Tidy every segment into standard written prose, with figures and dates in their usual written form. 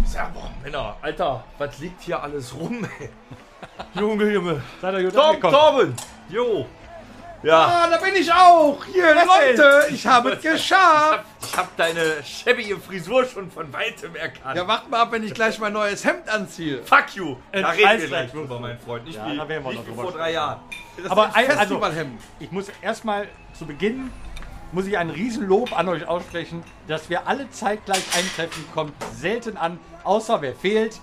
Ja, boah, Männer, Alter, was liegt hier alles rum, ey? Junge. Seid ihr gut Torben! Jo! Ja. Da bin ich auch. Hier, Leute, ich habe es geschafft. Ich hab deine schäbige Frisur schon von weitem erkannt. Ja, wart mal ab, wenn ich gleich mein neues Hemd anziehe. Fuck you! Da reden wir Scheiß gleich drauf. drüber, mein Freund. Nicht Ja, wie, da werden wir nicht noch wie drüber vor 3 Jahren. Das Aber ist ein also, Festivalhemd. ich muss erstmal zu Beginn muss ich ein Riesenlob an euch aussprechen, dass wir alle zeitgleich eintreffen, kommt selten an, außer wer fehlt,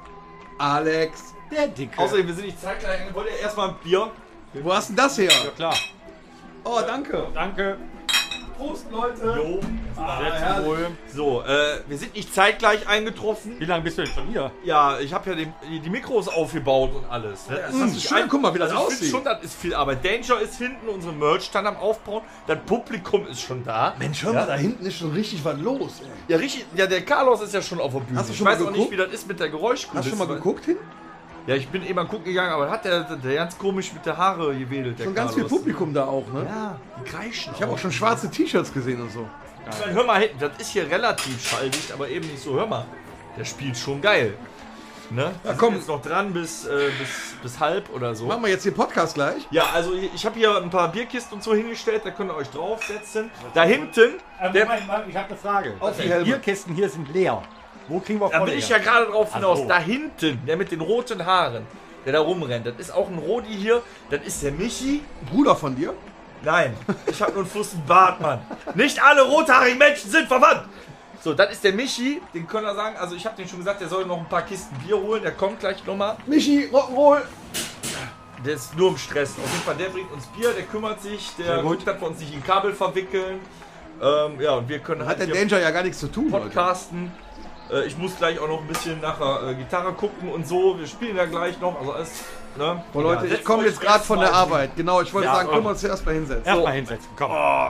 Alex. der Dicke. Außerdem, wir sind nicht zeitgleich. Wollt ihr erstmal ein Bier? Wo hast denn das her? Ja klar. Oh, danke. Danke. Prost, Leute. Jo. Sehr zum Wohl. So, wir sind nicht zeitgleich eingetroffen. Wie lange bist du denn schon hier? Ja, ich habe ja die Mikros aufgebaut und alles. Das ist schön. Guck mal, wie das Ich aussieht. finde schon, das ist viel Arbeit. Danger ist hinten, unsere Merch stand am Aufbauen. Das Publikum ist schon da. Mensch, hör mal, da hinten ist schon richtig was los. Ey. Ja, richtig. Ja, der Carlos ist ja schon auf der Bühne. Hast du schon ich weiß mal auch geguckt? nicht, wie das ist mit der Geräuschkulisse. Hast du schon mal geguckt hin? Ja, ich bin eben mal gucken gegangen, aber hat der ganz komisch mit der Haare gewedelt, der Schon ganz viel Carlos. Publikum da auch, ne? Ja, die kreischen. Ich habe auch schon schwarze T-Shirts gesehen und so. Ich meine, hör mal hinten, das ist hier relativ schalldicht, aber eben nicht so. Hör mal, der spielt schon geil. Ne? Wir komm. sind jetzt noch dran bis halb oder so. Machen wir jetzt den Podcast gleich? Ja, also ich habe hier ein paar Bierkisten und so hingestellt, da könnt ihr euch draufsetzen. Da hinten, Moment mal, ich habe eine Frage. Auf die Die Helme. Bierkisten hier sind leer. Wo kriegen wir da voll will ich her? ja gerade drauf hinaus, so. da hinten, der mit den roten Haaren, der da rumrennt, das ist auch ein Rodi hier, das ist der Michi. Bruder von dir? Nein, ich habe nur einen Fussenbart, Mann. Nicht alle rothaarigen Menschen sind verwandt. So, das ist der Michi, den können wir sagen, also ich habe den schon gesagt, der soll noch ein paar Kisten Bier holen, der kommt gleich nochmal. Michi, Rock'n'Roll. Der ist nur im Stress. Auf jeden Fall, der bringt uns Bier, der kümmert sich, der guckt, dass wir uns nicht in Kabel verwickeln. Ja, und wir können Hat halt der hier Danger ja gar nichts zu tun, Leute. podcasten. Ich muss gleich auch noch ein bisschen nachher Gitarre gucken und so. Wir spielen ja gleich noch, also alles, ne? Boah, Leute, Ja, ich komme jetzt gerade von der Arbeit. Genau, ich wollte Ja, sagen, können wir uns zuerst mal hinsetzen. Erstmal hinsetzen, komm.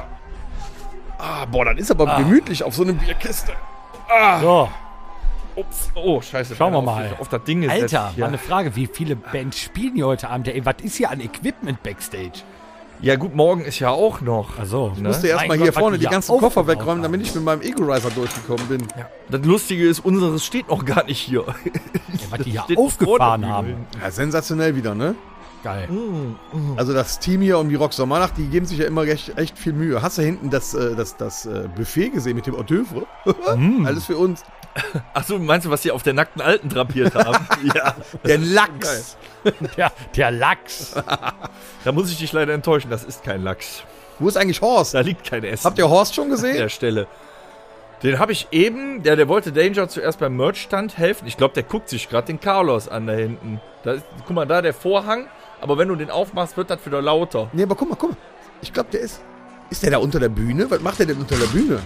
Boah, das ist aber gemütlich auf so eine Bierkiste. So, Ups. Oh, scheiße. Schauen wir bin mal. Auf das Ding gesetzt. Alter, Ja. mal eine Frage, wie viele Bands spielen hier heute Abend? Ey, was ist hier an Equipment Backstage? Ja gut, morgen ist ja auch noch. Also, Ich musste erstmal hier Gott, was vorne die die hier ganzen Koffer aufgebaut wegräumen, haben. damit ich mit meinem Ego-Riser durchgekommen bin. Ja. Das Lustige ist, unseres steht noch gar nicht hier. was die hier Steht aufgefahren vor der haben. Bühne. Ja, sensationell wieder, ne? Geil. Also das Team hier um die Rock Sommernacht, die geben sich ja immer echt viel Mühe. Hast du hinten das Buffet gesehen mit dem Hors d'oeuvre? Alles für uns. Achso, meinst du, was die auf der nackten Alten drapiert haben? Ja. Der Lachs. Der Lachs. Da muss ich dich leider enttäuschen, das ist kein Lachs. Wo ist eigentlich Horst? Da liegt kein Essen. Habt ihr Horst schon an gesehen? der Stelle. Den habe ich eben, der wollte Danger zuerst beim Merchstand helfen. Ich glaube, der guckt sich gerade den Carlos an da hinten. Da ist, guck mal, da der Vorhang. Aber wenn du den aufmachst, wird das wieder lauter. Nee, aber guck mal. Ich glaube, der ist... Ist der da unter der Bühne? Was macht der denn unter der Bühne?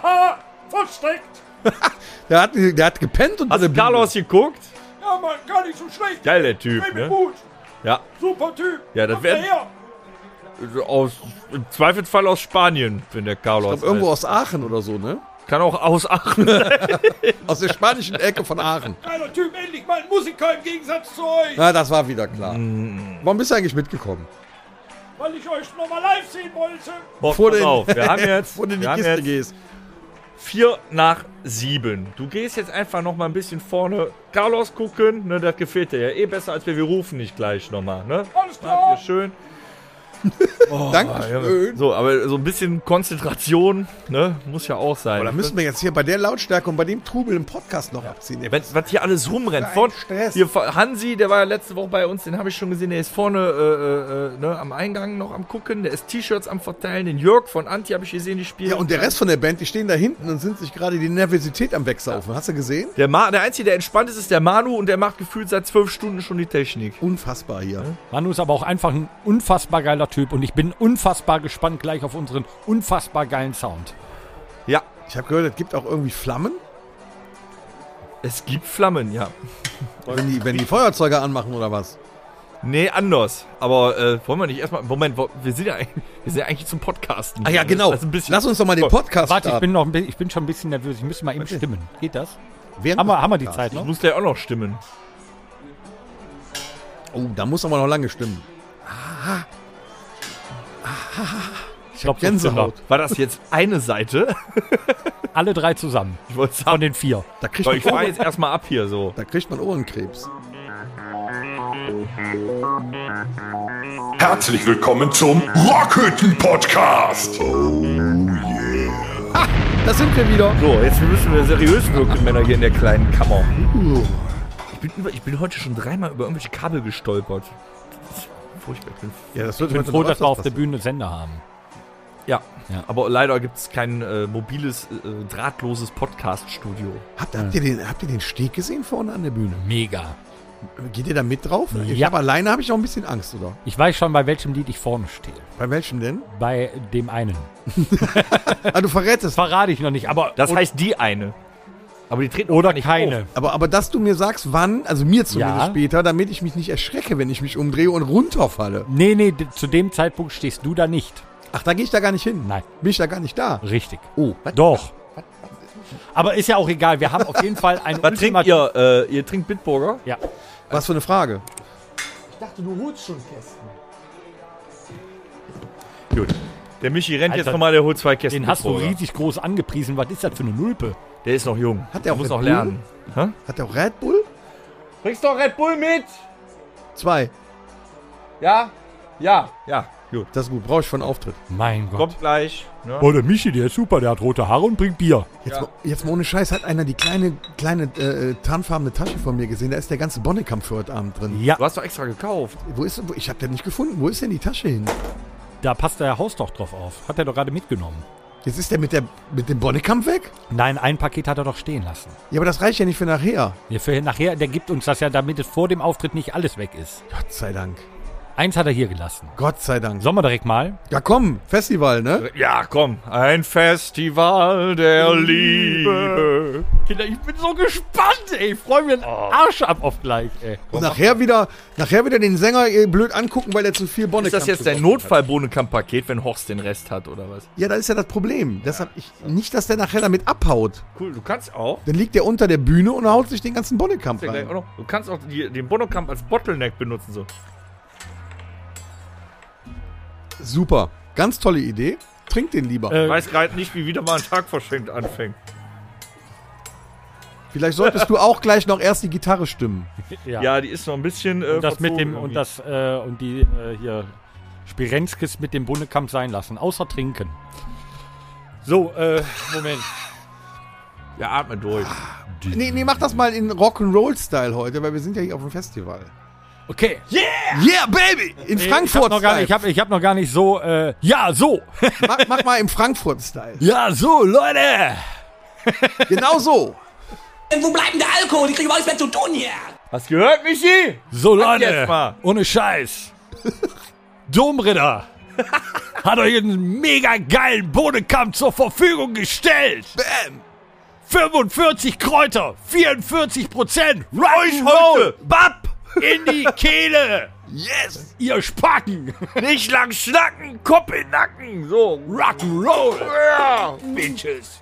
Versteckt. Der hat gepennt unter Hast der du Bühne. Carlos geguckt? Ja, Mann, gar nicht so schlecht. Geil, der Typ, ne? Gut. Ja, Super Typ. ja, das wäre im Zweifelsfall aus Spanien, wenn der Carlos. Ich glaube, irgendwo aus Aachen oder so, ne? Kann auch aus Aachen. Aus der spanischen Ecke von Aachen. Geiler Typ, endlich mal ein Musiker im Gegensatz zu euch. Na, das war wieder klar. Warum bist du eigentlich mitgekommen? Weil ich euch nochmal live sehen wollte. Boah, Vor pass den- auf, wir haben jetzt, Bevor du in die wir haben Kiste jetzt gehst. 4:07. Du gehst jetzt einfach noch mal ein bisschen vorne Carlos gucken. Ne, das gefällt dir ja eh besser, als wir rufen nicht gleich nochmal. Ne? Alles klar. Habt ihr schön. Dankeschön. So, aber so ein bisschen Konzentration, ne, muss ja auch sein. Aber da müssen wir jetzt hier bei der Lautstärke und bei dem Trubel im Podcast noch abziehen. Wenn, was hier alles rumrennt. Ein Von, Stress. hier, Hansi, der war ja letzte Woche bei uns, den habe ich schon gesehen, der ist vorne ne, am Eingang noch am gucken, der ist T-Shirts am Verteilen. Den Jörg von Anti habe ich gesehen, die spielen. Ja, und der Rest von der Band, die stehen da hinten und sind sich gerade die Nervosität am Wegsaufen. Hast du gesehen? Der Einzige, der entspannt ist, ist der Manu und der macht gefühlt seit 12 Stunden schon die Technik. Unfassbar hier. Manu ist aber auch einfach ein unfassbar geiler Typ und ich bin unfassbar gespannt gleich auf unseren unfassbar geilen Sound. Ja, Ich habe gehört, es gibt auch irgendwie Flammen, es gibt Flammen, ja. wenn die Feuerzeuge anmachen oder was. Nee, anders. Aber wollen wir nicht erstmal. Moment, wir sind ja eigentlich zum Podcasten. Ah ja, genau. Das ist ein bisschen, Lass uns doch mal den Podcast Warte, starten. ich bin schon ein bisschen nervös. Ich müsste mal eben stimmen. Geht das? Während Haben wir die des Zeit ich noch? muss gleich auch noch stimmen. Oh, da muss aber noch lange stimmen. Ich glaube, Gänsehaut. War das jetzt eine Seite? Alle 3 zusammen. Ich wollte Von sagen, den 4. Da kriegt, ich fahre jetzt erstmal ab hier so. da kriegt man Ohrenkrebs. Herzlich willkommen zum Rockhütten-Podcast. Da sind wir wieder. So, jetzt müssen wir seriös wirken, Männer, hier in der kleinen Kammer. Ich bin heute schon 3-mal über irgendwelche Kabel gestolpert. Das ist furchtbar. Ja, das Ich bin froh, dass wir auf der Bühne Sender haben. Ja, Ja. aber leider gibt es kein mobiles, drahtloses Podcast-Studio. Habt ihr den Steg gesehen vorne an der Bühne? Mega. Geht ihr da mit drauf? Ich Ja. habe alleine habe ich auch ein bisschen Angst, oder? Ich weiß schon, bei welchem Lied ich vorne stehe. Bei welchem denn? Bei dem einen. Ah, du verrätst es. Verrate ich noch nicht, aber... Das heißt die eine. Aber die treten oder auch nicht keine. auf. Aber dass du mir sagst, wann, also mir zumindest Ja. später, damit ich mich nicht erschrecke, wenn ich mich umdrehe und runterfalle. Nee, zu dem Zeitpunkt stehst du da nicht. Ach, da gehe ich da gar nicht hin. Nein. Bin ich da gar nicht da? Richtig. Oh, Doch. Aber ist ja auch egal. Wir haben auf jeden Fall ein Was trinkt ihr? Ihr trinkt Bitburger? Ja. was für eine Frage. Ich dachte, du holst schon Kästen. Gut. Der Michi rennt Alter, jetzt nochmal, der holt 2 Kästen Den hast du Bitburger. riesig groß angepriesen. Was ist das für eine Nulpe? Der ist noch jung. Hat der auch muss Red noch Bull? lernen. Hä? Hat der auch Red Bull? Bringst doch Red Bull mit? 2. Ja? Ja. Ja, gut. Das ist gut, brauche ich für einen Auftritt. Mein Gott. Kommt gleich. Ne? Boah, der Michi, der ist super. Der hat rote Haare und bringt Bier. Jetzt mal ohne Scheiß, hat einer die kleine tarnfarbene Tasche von mir gesehen. Da ist der ganze Bonnekamp für heute Abend drin. Ja, Du hast doch extra gekauft. Ich habe den nicht gefunden. Wo ist denn die Tasche hin? da passt der Haus doch drauf auf. Hat er doch gerade mitgenommen. Jetzt ist der mit dem Bonnekamp weg? Nein, ein Paket hat er doch stehen lassen. Ja, aber das reicht ja nicht für nachher. Ja, für nachher, der gibt uns das ja, damit es vor dem Auftritt nicht alles weg ist. Gott sei Dank. Eins hat er hier gelassen. Gott sei Dank. Sollen wir direkt mal? Ja komm, Festival, ne? Ja, komm. Ein Festival der Liebe. Kinder, ich bin so gespannt, ey. Ich freue mich den Arsch ab auf gleich, ey. Und nachher wieder den Sänger blöd angucken, weil er zu viel Bonnekamp Ist das jetzt dein gesoffen hat. Notfall-Bohnekamp-Paket, wenn Horst den Rest hat, oder was? Ja, das ist ja das Problem. Deshalb nicht, dass der nachher damit abhaut. Cool, du kannst auch. Dann liegt der unter der Bühne und haut sich den ganzen Bonnekamp rein. Du kannst auch den Bohnekamp als Bottleneck benutzen, so. Super. Ganz tolle Idee. Trink den lieber. Ich weiß gerade nicht, wie wieder mal ein Tag verschenkt anfängt. Vielleicht solltest du auch gleich noch erst die Gitarre stimmen. Ja, die ist noch ein bisschen. Das mit dem verzogen und das und die hier Spirenskis mit dem Bundekamp sein lassen, außer trinken. So, Moment. irgendwie. Ja, atme durch. Nee, mach das mal in Rock'n'Roll-Style heute, weil wir sind ja hier auf dem Festival. Okay. Yeah, baby! In Ich Frankfurt-Style. hab noch gar nicht so, ja, so. Mach mal im Frankfurt-Style. Ja, so, Leute. Genau so. Wo bleibt denn der Alkohol? Ich kriege überhaupt nichts mehr zu tun hier. Hast gehört, Michi? So, Leute. jetzt mal. Ohne Scheiß. Domritter hat euch einen mega geilen Bohnenkamp zur Verfügung gestellt. Bam. 45 Kräuter, 44%. Euch heute! Bap! In die Kehle! Yes. Ihr Spacken! Nicht lang schnacken, Kopf in den Nacken. So. Rock'n'Roll! Ja. Bitches!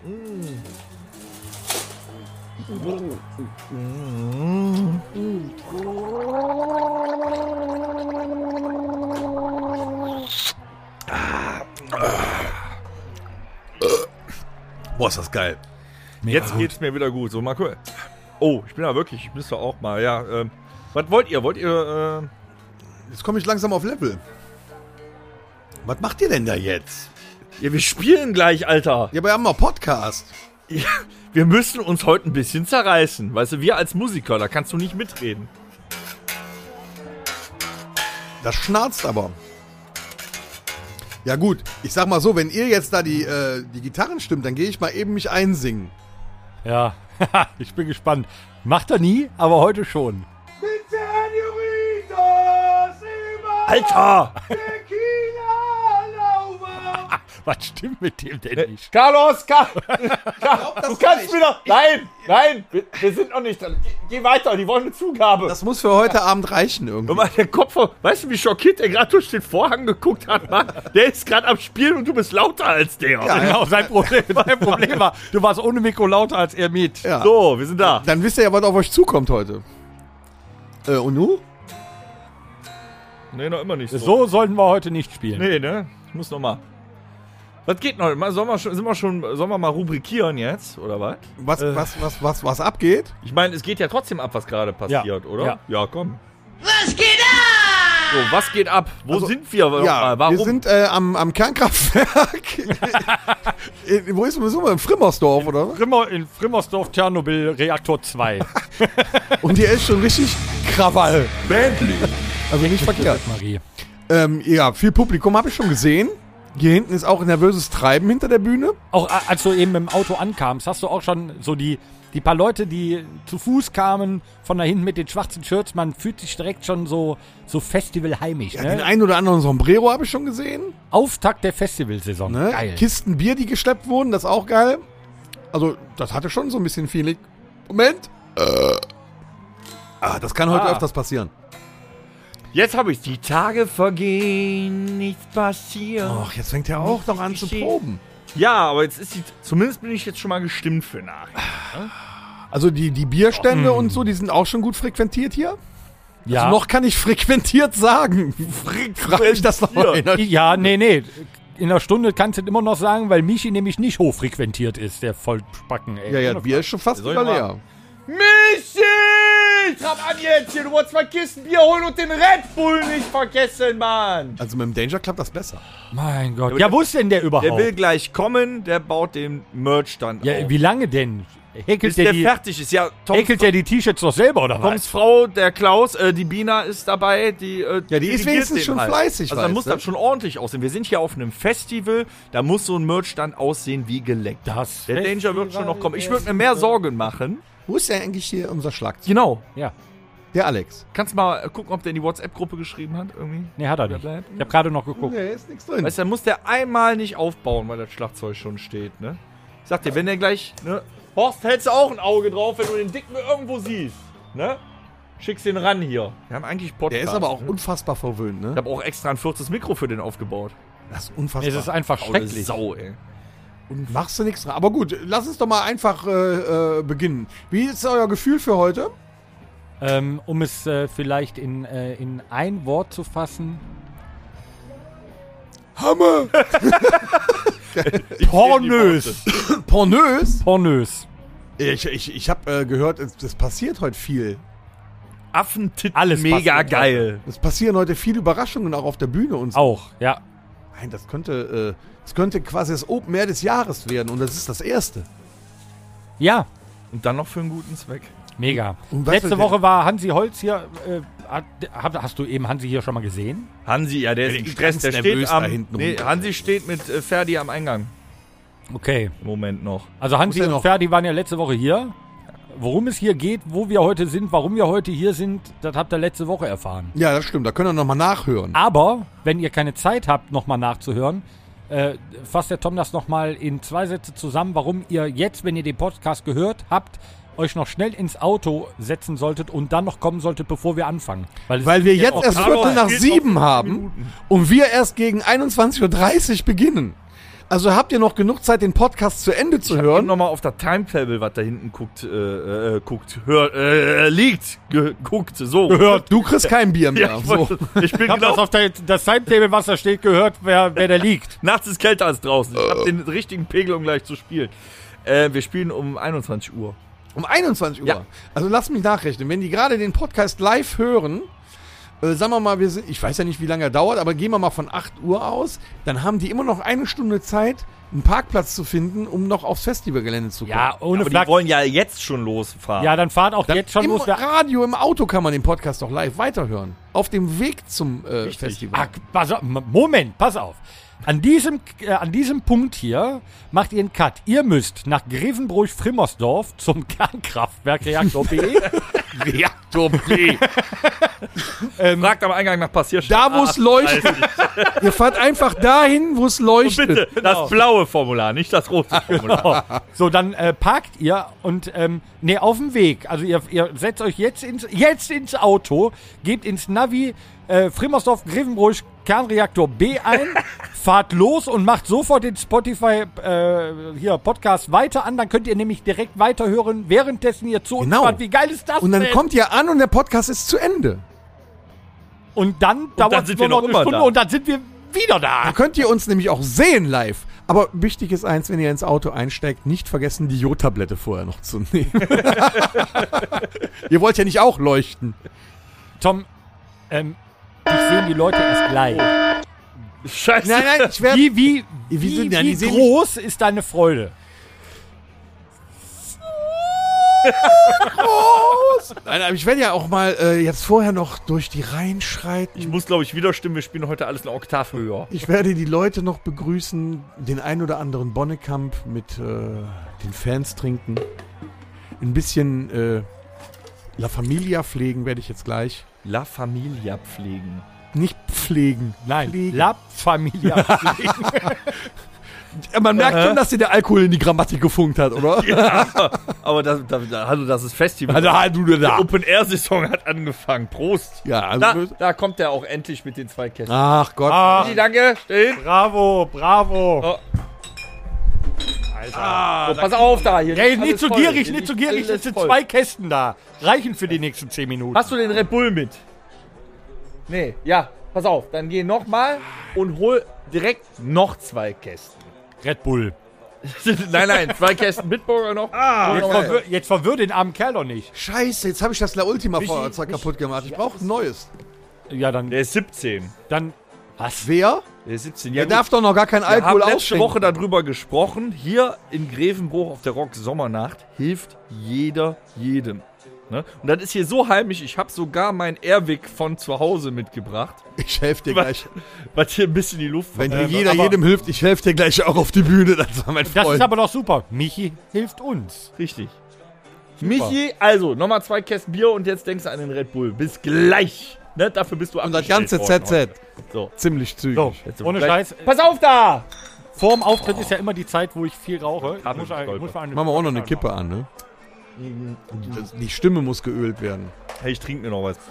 Boah, ist das geil. Jetzt geht's mir wieder gut. So, Marco. Oh, ich bin da wirklich. Ich müsste auch mal. Ja, was wollt ihr? Wollt ihr, Jetzt komme ich langsam auf Level. Was macht ihr denn da jetzt? Ja, wir spielen gleich, Alter. Ja, aber wir haben mal Podcast. Ja, wir müssen uns heute ein bisschen zerreißen. Weißt du, wir als Musiker, da kannst du nicht mitreden. Das schnarzt aber. Ja gut, ich sag mal so, wenn ihr jetzt da die Gitarren stimmt, dann gehe ich mal eben mich einsingen. Ja, ich bin gespannt. Macht er nie, aber heute schon. Alter! Was stimmt mit dem denn nicht? Carlos, du kannst wieder. Nein, wir sind noch nicht dran. Geh weiter, die wollen eine Zugabe. Das muss für heute Abend reichen irgendwie. Guck mal, der Kopf, weißt du, wie schockiert der gerade durch den Vorhang geguckt hat, Mann? Der ist gerade am Spielen und du bist lauter als der. Ja, Genau, sein Problem war, du warst ohne Mikro lauter als er mit. Ja. So, wir sind da. Dann wisst ihr ja, was auf euch zukommt heute. Und nu? Nee, noch immer nicht so. So sollten wir heute nicht spielen. Nee, ne? Ich muss noch mal. Was geht noch? Sollen wir mal rubrikieren jetzt, oder was? Was abgeht? Ich meine, es geht ja trotzdem ab, was gerade passiert, oder? Ja, komm. Was geht ab? So, was geht ab? Wo sind wir? Ja, Warum? wir sind am Kernkraftwerk. Wo ist man? In Frimmersdorf, oder? In Frimmersdorf, Tschernobyl, Reaktor 2. Und hier ist schon richtig Krawall. Bentley. Also nicht verkehrt. Marie. Ja, viel Publikum habe ich schon gesehen. Hier hinten ist auch nervöses Treiben hinter der Bühne. Auch als du eben im Auto ankamst, hast du auch schon so die paar Leute, die zu Fuß kamen, von da hinten mit den schwarzen Shirts, man fühlt sich direkt schon so festivalheimisch. Ja, Ne? den einen oder anderen Sombrero habe ich schon gesehen. Auftakt der Festivalsaison. Ne? Geil. Kisten Bier, die geschleppt wurden, das ist auch geil. Also, das hatte schon so ein bisschen Feeling. Moment. Das kann heute öfters passieren. Jetzt habe ich die Tage vergehen, nichts passiert. Ach, jetzt fängt er auch noch an zu proben. Ja, aber jetzt ist zumindest bin ich jetzt schon mal gestimmt für nachher. Also die Bierstände und so, die sind auch schon gut frequentiert hier. Ja. Also noch kann ich frequentiert sagen. Frag ich das noch mal einer. Ja, nee. In einer Stunde kannst du es immer noch sagen, weil Michi nämlich nicht hochfrequentiert ist, der Vollspacken, ey. Ja, Bier ist schon fast Soll ich wieder mal- leer. Michi! Trab an jetzt hier, du wolltest 2 Kisten Bier holen und den Red Bull nicht vergessen, Mann! Also mit dem Danger klappt das besser. Mein Gott. Ja, wo ist denn der überhaupt? Der will gleich kommen, der baut den Merch-Stand ja, auf. wie lange denn? Häkelt Bis der der fertig ist. Ja, der die T-Shirts doch selber, oder Toms was? Frau, der Klaus, die Bina ist dabei, die die ist dirigiert wenigstens den schon fleißig, Also dann weißt muss du? das schon ordentlich aussehen. Wir sind hier auf einem Festival, da muss so ein Merch-Stand aussehen wie geleckt. Das Der Danger wird schon noch kommen. Ich würde mir mehr Sorgen machen. Wo ist denn eigentlich hier unser Schlagzeug? Genau. Ja. Der Alex. Kannst mal gucken, ob der in die WhatsApp-Gruppe geschrieben hat irgendwie? Nee, hat er nicht. Ich habe gerade noch geguckt. Nee, ist nichts drin. Weißt du, dann muss der einmal nicht aufbauen, weil das Schlagzeug schon steht, ne? Ich sag dir, wenn der gleich, ne? Horst, hältst du auch ein Auge drauf, wenn du den Dicken irgendwo siehst, ne? Schickst den ran hier. Wir haben eigentlich Podcast. Der ist aber auch ne? unfassbar verwöhnt, Ich ne? habe auch extra ein 4. Mikro für den aufgebaut. Das ist unfassbar. Es ist einfach Faule schrecklich. Sau, ey. Machst du nichts dran. Aber gut, lass uns doch mal einfach beginnen. Wie ist euer Gefühl für heute? Um es vielleicht in ein Wort zu fassen. Hammer! Pornös. Pornös? Pornös. Ich habe gehört, es passiert heute viel. Affentitten, Alles mega passiert geil. Es passieren heute viele Überraschungen auch auf der Bühne und so. Auch, ja. Nein, das könnte quasi das Open Air des Jahres werden und das ist das erste. Ja, Und dann noch für einen guten Zweck. mega. Und was Letzte wird Woche war Hansi Holz hier. Hast du eben Hansi hier schon mal gesehen? Hansi, ja, der ist im Stress. ganz Der steht nervös da am. hinten Nee, rum. Hansi steht mit Ferdi am Eingang. Okay. Im Moment noch. Also Hansi Muss ja und noch- Ferdi waren ja letzte Woche hier. Worum es hier geht, wo wir heute sind, warum wir heute hier sind, das habt ihr letzte Woche erfahren. Ja, das stimmt. Da könnt ihr nochmal nachhören. Aber, wenn ihr keine Zeit habt, nochmal nachzuhören, fasst der Tom das nochmal in 2 Sätze zusammen, warum ihr jetzt, wenn ihr den Podcast gehört habt, euch noch schnell ins Auto setzen solltet und dann noch kommen solltet, bevor wir anfangen. Weil wir jetzt erst Carlos Viertel nach geht 7 noch haben 10 Minuten. und wir erst gegen 21:30 Uhr beginnen. Also habt ihr noch genug Zeit, den Podcast zu Ende zu Hören hören? nochmal auf der Timetable, was da hinten guckt, so. Gehört. Du kriegst kein Bier mehr. Ja, ich, so. wollte, ich bin Ich hab das genau. auf das Timetable, was da steht, gehört, wer da liegt. Nachts ist kälter als draußen. Ich hab den richtigen Pegel, um gleich zu spielen. Wir spielen um 21 Uhr. Um 21 Uhr. Ja. Also lasst mich nachrechnen. Wenn die gerade den Podcast live hören, sagen wir mal, ich weiß ja nicht, wie lange er dauert, aber gehen wir mal von 8 Uhr aus, dann haben die immer noch 1 Stunde Zeit, einen Parkplatz zu finden, um noch aufs Festivalgelände zu kommen. Ja, ohne Aber die Flak. wollen ja jetzt schon losfahren. Ja, dann fahrt auch jetzt schon Im los. Radio, im Auto kann man den Podcast doch live weiterhören. Auf dem Weg zum Festival. Pass auf, Moment, pass auf. An diesem Punkt hier macht ihr einen Cut. Ihr müsst nach Grevenbroich-Frimmersdorf zum Kernkraftwerk Reaktor B. Reaktor B. Fragt am Eingang nach Passierschein. Da, wo es leuchtet. Ihr fahrt einfach dahin, wo es leuchtet. Bitte, das blaue Formular, nicht das rote Formular. So, dann parkt ihr und, auf dem Weg. Also ihr setzt euch jetzt ins Auto, gebt ins Navi Frimmersdorf, Grevenbroich, Kernreaktor B ein, fahrt los und macht sofort den Spotify Podcast weiter an. Dann könnt ihr nämlich direkt weiterhören, währenddessen ihr zu uns Genau. fahrt. Wie geil ist das Und dann denn? kommt ihr an und der Podcast ist zu Ende. Und dann dauert es sind nur wir noch noch eine immer Stunde da. und dann sind wir wieder da. Da könnt ihr uns nämlich auch sehen live. Aber wichtig ist eins, wenn ihr ins Auto einsteigt, nicht vergessen, die Jodtablette vorher noch zu nehmen. Ihr wollt ja nicht auch leuchten. Tom, dich sehen die Leute erst gleich. Scheiße. Nein, ich werde... Wie sind ja, die sehen groß ist deine Freude? Nein, aber ich werde ja auch mal jetzt vorher noch durch die Reihen schreiten. Ich muss, glaube ich, wieder stimmen. Wir spielen heute alles eine Oktav höher. Ich werde die Leute noch begrüßen, den ein oder anderen Bonnekamp mit den Fans trinken. Ein bisschen La Familia pflegen werde ich jetzt gleich. La Familia pflegen. Nicht pflegen. Nein, Pflegen. La Familia. Man merkt schon, dass dir der Alkohol in die Grammatik gefunkt hat, oder? Ja, aber das ist Festival. Die Open-Air-Saison hat angefangen. Prost. Ja, also Da kommt er auch endlich mit den 2 Kästen. Ach Gott. Danke. Stehen. Bravo. Oh. So, pass auf da. Hier Ey, liegt nicht alles zu voll. gierig, Hier nicht zu liegt gierig. alles Es sind voll. 2 Kästen da. Reichen für die nächsten 10 Minuten. Hast du den Red Bull mit? Nee, ja. Pass auf. Dann geh nochmal und hol direkt noch 2 Kästen. Red Bull. Nein, 2 Kästen Bitburger noch. Jetzt verwirr den armen Kerl doch nicht. Scheiße, jetzt habe ich das La Ultima Feuerzeug kaputt gemacht. Ich brauche ein neues. Ja, dann. Der ist 17. Was? Wer? Der ist 17. Der darf doch noch gar kein Wir Alkohol haben letzte ausschenken. Woche darüber gesprochen. Hier in Grevenbruch auf der Rock Sommernacht hilft jeder jedem. Ne? Und das ist hier so heimlich. Ich habe sogar mein Airwick von zu Hause mitgebracht. Ich helfe dir gleich. Was hier ein bisschen die Luft Wenn verteilt. dir jeder aber- jedem hilft, ich helfe dir gleich auch auf die Bühne. Das war mein Das Freund. ist aber doch super. Michi hilft uns. Richtig. Michi, also nochmal 2 Kästen Bier und jetzt denkst du an den Red Bull. Bis gleich. Ne? Dafür bist du Und das abgestellt ganze worden ZZ. heute. So. Ziemlich zügig. So, Jetzt ohne gleich- Scheiß. Pass auf da! Vorm Auftritt ist ja immer die Zeit, wo ich viel rauche. Ich Hab muss ich mal Machen wir auch noch eine Kippe an, ne? Die Stimme muss geölt werden. Hey, ich trinke mir noch was.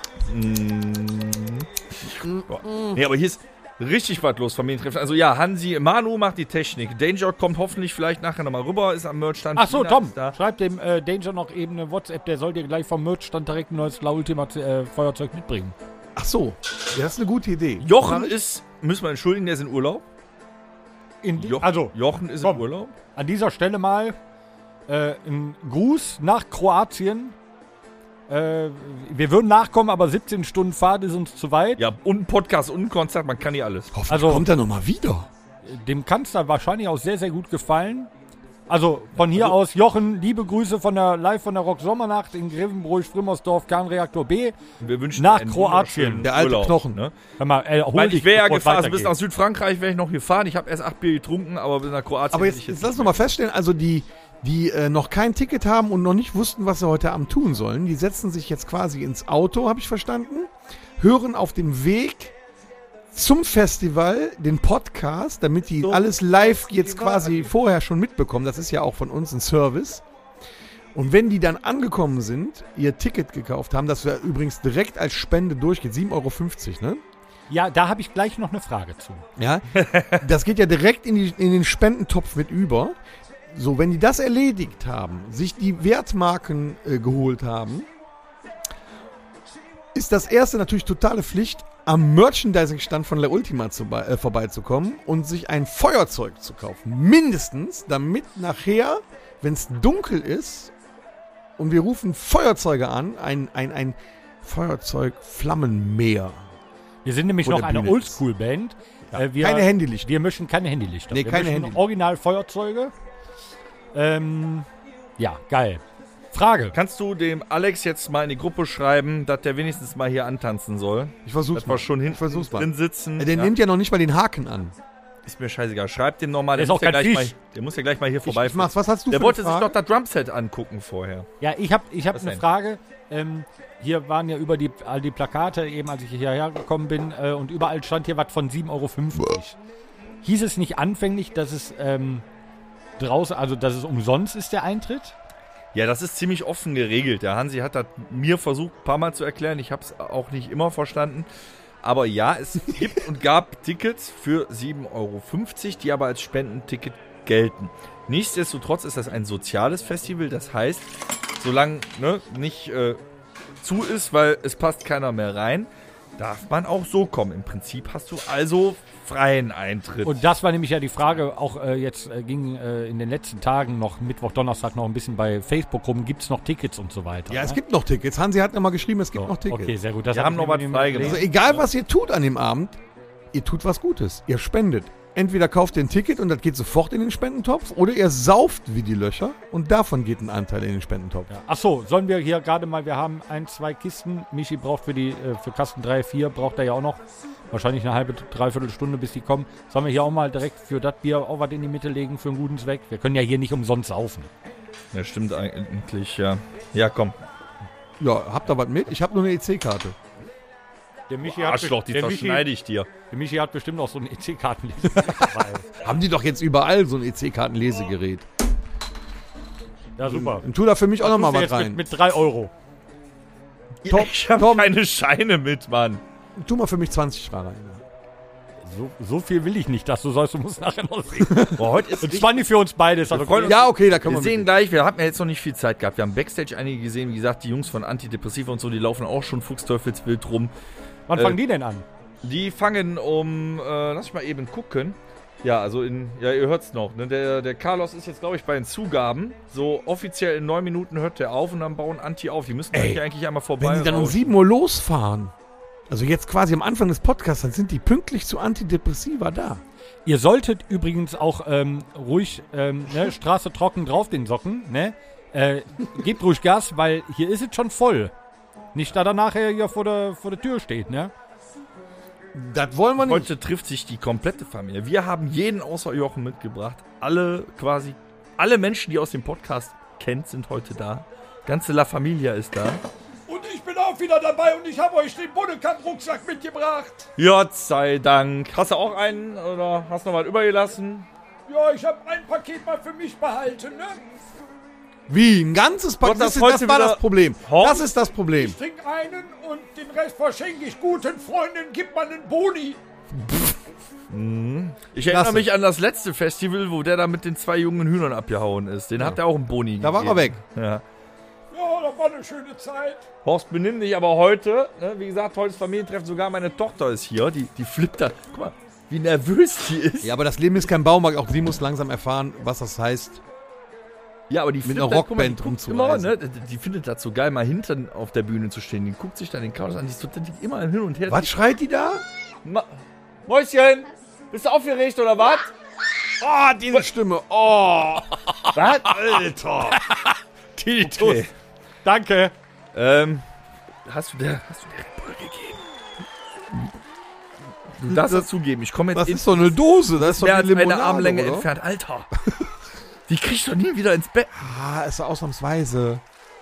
Nee, aber hier ist richtig was los, Familientreffen. Also ja, Hansi, Manu macht die Technik. Danger kommt hoffentlich vielleicht nachher nochmal rüber, ist am Merchstand. Ach so, Tina Tom, ist da. schreib dem Danger noch eben eine WhatsApp, der soll dir gleich vom Merchstand direkt ein neues La Ultima Feuerzeug mitbringen. Ach so. Ja, das ist eine gute Idee. Jochen ist, müssen wir entschuldigen, der ist in Urlaub. Also, Jochen ist komm. im Urlaub. an dieser Stelle mal ein Gruß nach Kroatien. Wir würden nachkommen, aber 17 Stunden Fahrt ist uns zu weit. Ja, und ein Podcast und ein Konzert, man kann hier alles. Hoffentlich Also- kommt er nochmal wieder. Dem kann es da wahrscheinlich auch sehr, sehr gut gefallen. Also von hier aus, Jochen, liebe Grüße von der Rock Sommernacht in Grevenbruch, Frimmersdorf, Kernreaktor B. Wir wünschen Nach dir einen Kroatien. wunderschönen Der alte Urlaub, Knochen. Ne? Hör mal, hol Weil dich, ich wäre ja bevor es gefahren, also bis weitergeht. nach Südfrankreich wäre ich noch gefahren. Ich habe erst 8 Bier getrunken, aber bis nach Kroatien Aber hätte jetzt, ich jetzt lass uns noch mal feststellen, also die noch kein Ticket haben und noch nicht wussten, was sie heute Abend tun sollen, die setzen sich jetzt quasi ins Auto, habe ich verstanden, hören auf dem Weg zum Festival den Podcast, damit die alles live jetzt quasi vorher schon mitbekommen. Das ist ja auch von uns ein Service. Und wenn die dann angekommen sind, ihr Ticket gekauft haben, das übrigens direkt als Spende durchgeht, 7,50 €, ne? Ja, da habe ich gleich noch eine Frage zu. Ja, das geht ja direkt in den Spendentopf mit über. So, wenn die das erledigt haben, sich die Wertmarken geholt haben, ist das erste natürlich totale Pflicht, am Merchandising-Stand von La Ultima vorbeizukommen und sich ein Feuerzeug zu kaufen. Mindestens, damit nachher, wenn es dunkel ist und wir rufen Feuerzeuge an, ein Feuerzeug-Flammenmeer. Wir sind nämlich Wo noch der eine Bühne ist. Oldschool-Band. Wir, Keine Handylichter. Wir mischen keine Handylichter. Nee, wir keine mischen Handylichter. Original Feuerzeuge. Ja, geil. Frage. Kannst du dem Alex jetzt mal in die Gruppe schreiben, dass der wenigstens mal hier antanzen soll? Ich versuch's Dass wir schon Ich hinten versuch's mal. drin sitzen. Der Ja, nimmt ja noch nicht mal den Haken an. ist mir scheißegal. Schreib dem nochmal. Der ist auch kein Fisch. Der muss ja gleich mal hier Ich vorbei. mach's. Was hast du Der für wollte eine sich Frage? doch das Drumset angucken vorher. Ja, ich hab Was eine denn? Frage. Hier waren ja über all die Plakate, eben als ich hierher gekommen bin, und überall stand hier was von 7,50 €. Hieß es nicht anfänglich, dass es draußen, also dass es umsonst ist, der Eintritt? Ja, das ist ziemlich offen geregelt. Der Hansi hat das mir versucht, ein paar Mal zu erklären. Ich habe es auch nicht immer verstanden. Aber ja, es gibt und gab Tickets für 7,50 €, die aber als Spendenticket gelten. Nichtsdestotrotz ist das ein soziales Festival. Das heißt, solange nicht zu ist, weil es passt keiner mehr rein, darf man auch so kommen. Im Prinzip hast du also freien Eintritt. Und das war nämlich ja die Frage, auch jetzt ging in den letzten Tagen noch, Mittwoch, Donnerstag noch ein bisschen bei Facebook rum, gibt es noch Tickets und so weiter. Ja, es ne? gibt noch Tickets. Hansi hat noch mal geschrieben, es gibt noch Tickets. Okay, sehr gut. Das Wir hab haben ich noch was nämlich freigemacht. Also egal, was ihr tut an dem Abend, ihr tut was Gutes. Ihr spendet. Entweder kauft ihr ein Ticket und das geht sofort in den Spendentopf oder ihr sauft wie die Löcher und davon geht ein Anteil in den Spendentopf. Ja. Achso, sollen wir hier gerade mal, wir haben 1, 2 Kisten. Michi braucht für Kasten 3, 4 braucht er ja auch noch wahrscheinlich eine halbe, dreiviertel Stunde, bis die kommen. Sollen wir hier auch mal direkt für das Bier auch was in die Mitte legen für einen guten Zweck? Wir können ja hier nicht umsonst saufen. Ja, stimmt eigentlich, ja. Ja, komm. Ja, habt ihr was mit? Ich habe nur eine EC-Karte. Der Michi Arschloch, die verschneide ich dir. Der Michi hat bestimmt auch so einen EC-Karten. Haben die doch jetzt überall so ein EC-Kartenlesegerät. Ja, super. Und tu da für mich auch noch mal was Jetzt rein. mit 3 Euro. Tom, Ich habe Tom. keine Scheine mit, Mann. Tu mal für mich 20 da rein. So viel will ich nicht, dass du sollst. Du musst nachher noch sehen. Boah, heute ist Und 20 für uns beide ist das freuen okay. uns- Ja, okay, da können Wir wir sehen gleich, wir hatten ja jetzt noch nicht viel Zeit gehabt. Wir haben Backstage einige gesehen, wie gesagt, die Jungs von Antidepressiva und so, die laufen auch schon fuchsteufelswild rum. Wann fangen die denn an? Die fangen lass ich mal eben gucken. Ja, also ihr hört's noch, ne? Der Carlos ist jetzt, glaube ich, bei den Zugaben. So offiziell in 9 Minuten hört der auf und dann bauen Anti auf. Die müssen eigentlich einmal vorbei. Wenn die dann um rauschen. 7 Uhr losfahren, also jetzt quasi am Anfang des Podcasts, dann sind die pünktlich zu Antidepressiva da. Ihr solltet übrigens auch ruhig ne, Straße trocken drauf den Socken. Ne? Gebt ruhig Gas, weil hier ist es schon voll. Nicht, da nachher hier vor der Tür steht, ne? Das wollen wir nicht. Heute trifft sich die komplette Familie. Wir haben jeden außer Jochen mitgebracht. Alle Menschen, die aus dem Podcast kennt, sind heute da. Ganze La Familia ist da. Und ich bin auch wieder dabei und ich habe euch den Bodekamp-Rucksack mitgebracht. Gott sei Dank. Hast du auch einen oder hast noch was übergelassen? Ja, ich habe ein Paket mal für mich behalten, ne? Wie? Ein ganzes Paket? Gott, Das, das heute das war wieder- das Problem. Horst? Das ist das Problem. Trink einen und den Rest verschenke ich guten Freunden. Gib mal einen Boni. Ich erinnere Klasse. mich an das letzte Festival, wo der da mit den 2 jungen Hühnern abgehauen ist. Den hat er auch einen Boni Da war er weg. Ja. Ja, das war eine schöne Zeit. Horst, benimm dich aber heute. Ne? Wie gesagt, heute ist Familientreffen. Sogar meine Tochter ist hier. Die flippt da. Guck mal, wie nervös die ist. Ja, aber das Leben ist kein Baumarkt. Auch sie muss langsam erfahren, was das heißt. Ja, aber die Mit flippt einer da, guck mal, Rockband die guckt rumzureisen. immer, ne? Die findet das so geil, mal hinten auf der Bühne zu stehen. Die guckt sich dann den Chaos an. Die ist total immer hin und her. Was schreit die da? Mäuschen, bist du aufgeregt oder was? Oh, diese Stimme. Oh. Was? Alter. Tinnitus. Okay. Danke. Hast du der Red Bull gegeben? Du darfst das zugeben. Ich komme jetzt Das ist doch eine Dose. Das ist doch mehr eine als eine Limonade, Armlänge oder? entfernt. Alter. Die kriegst du nie wieder ins Bett. Ah, ist doch ausnahmsweise.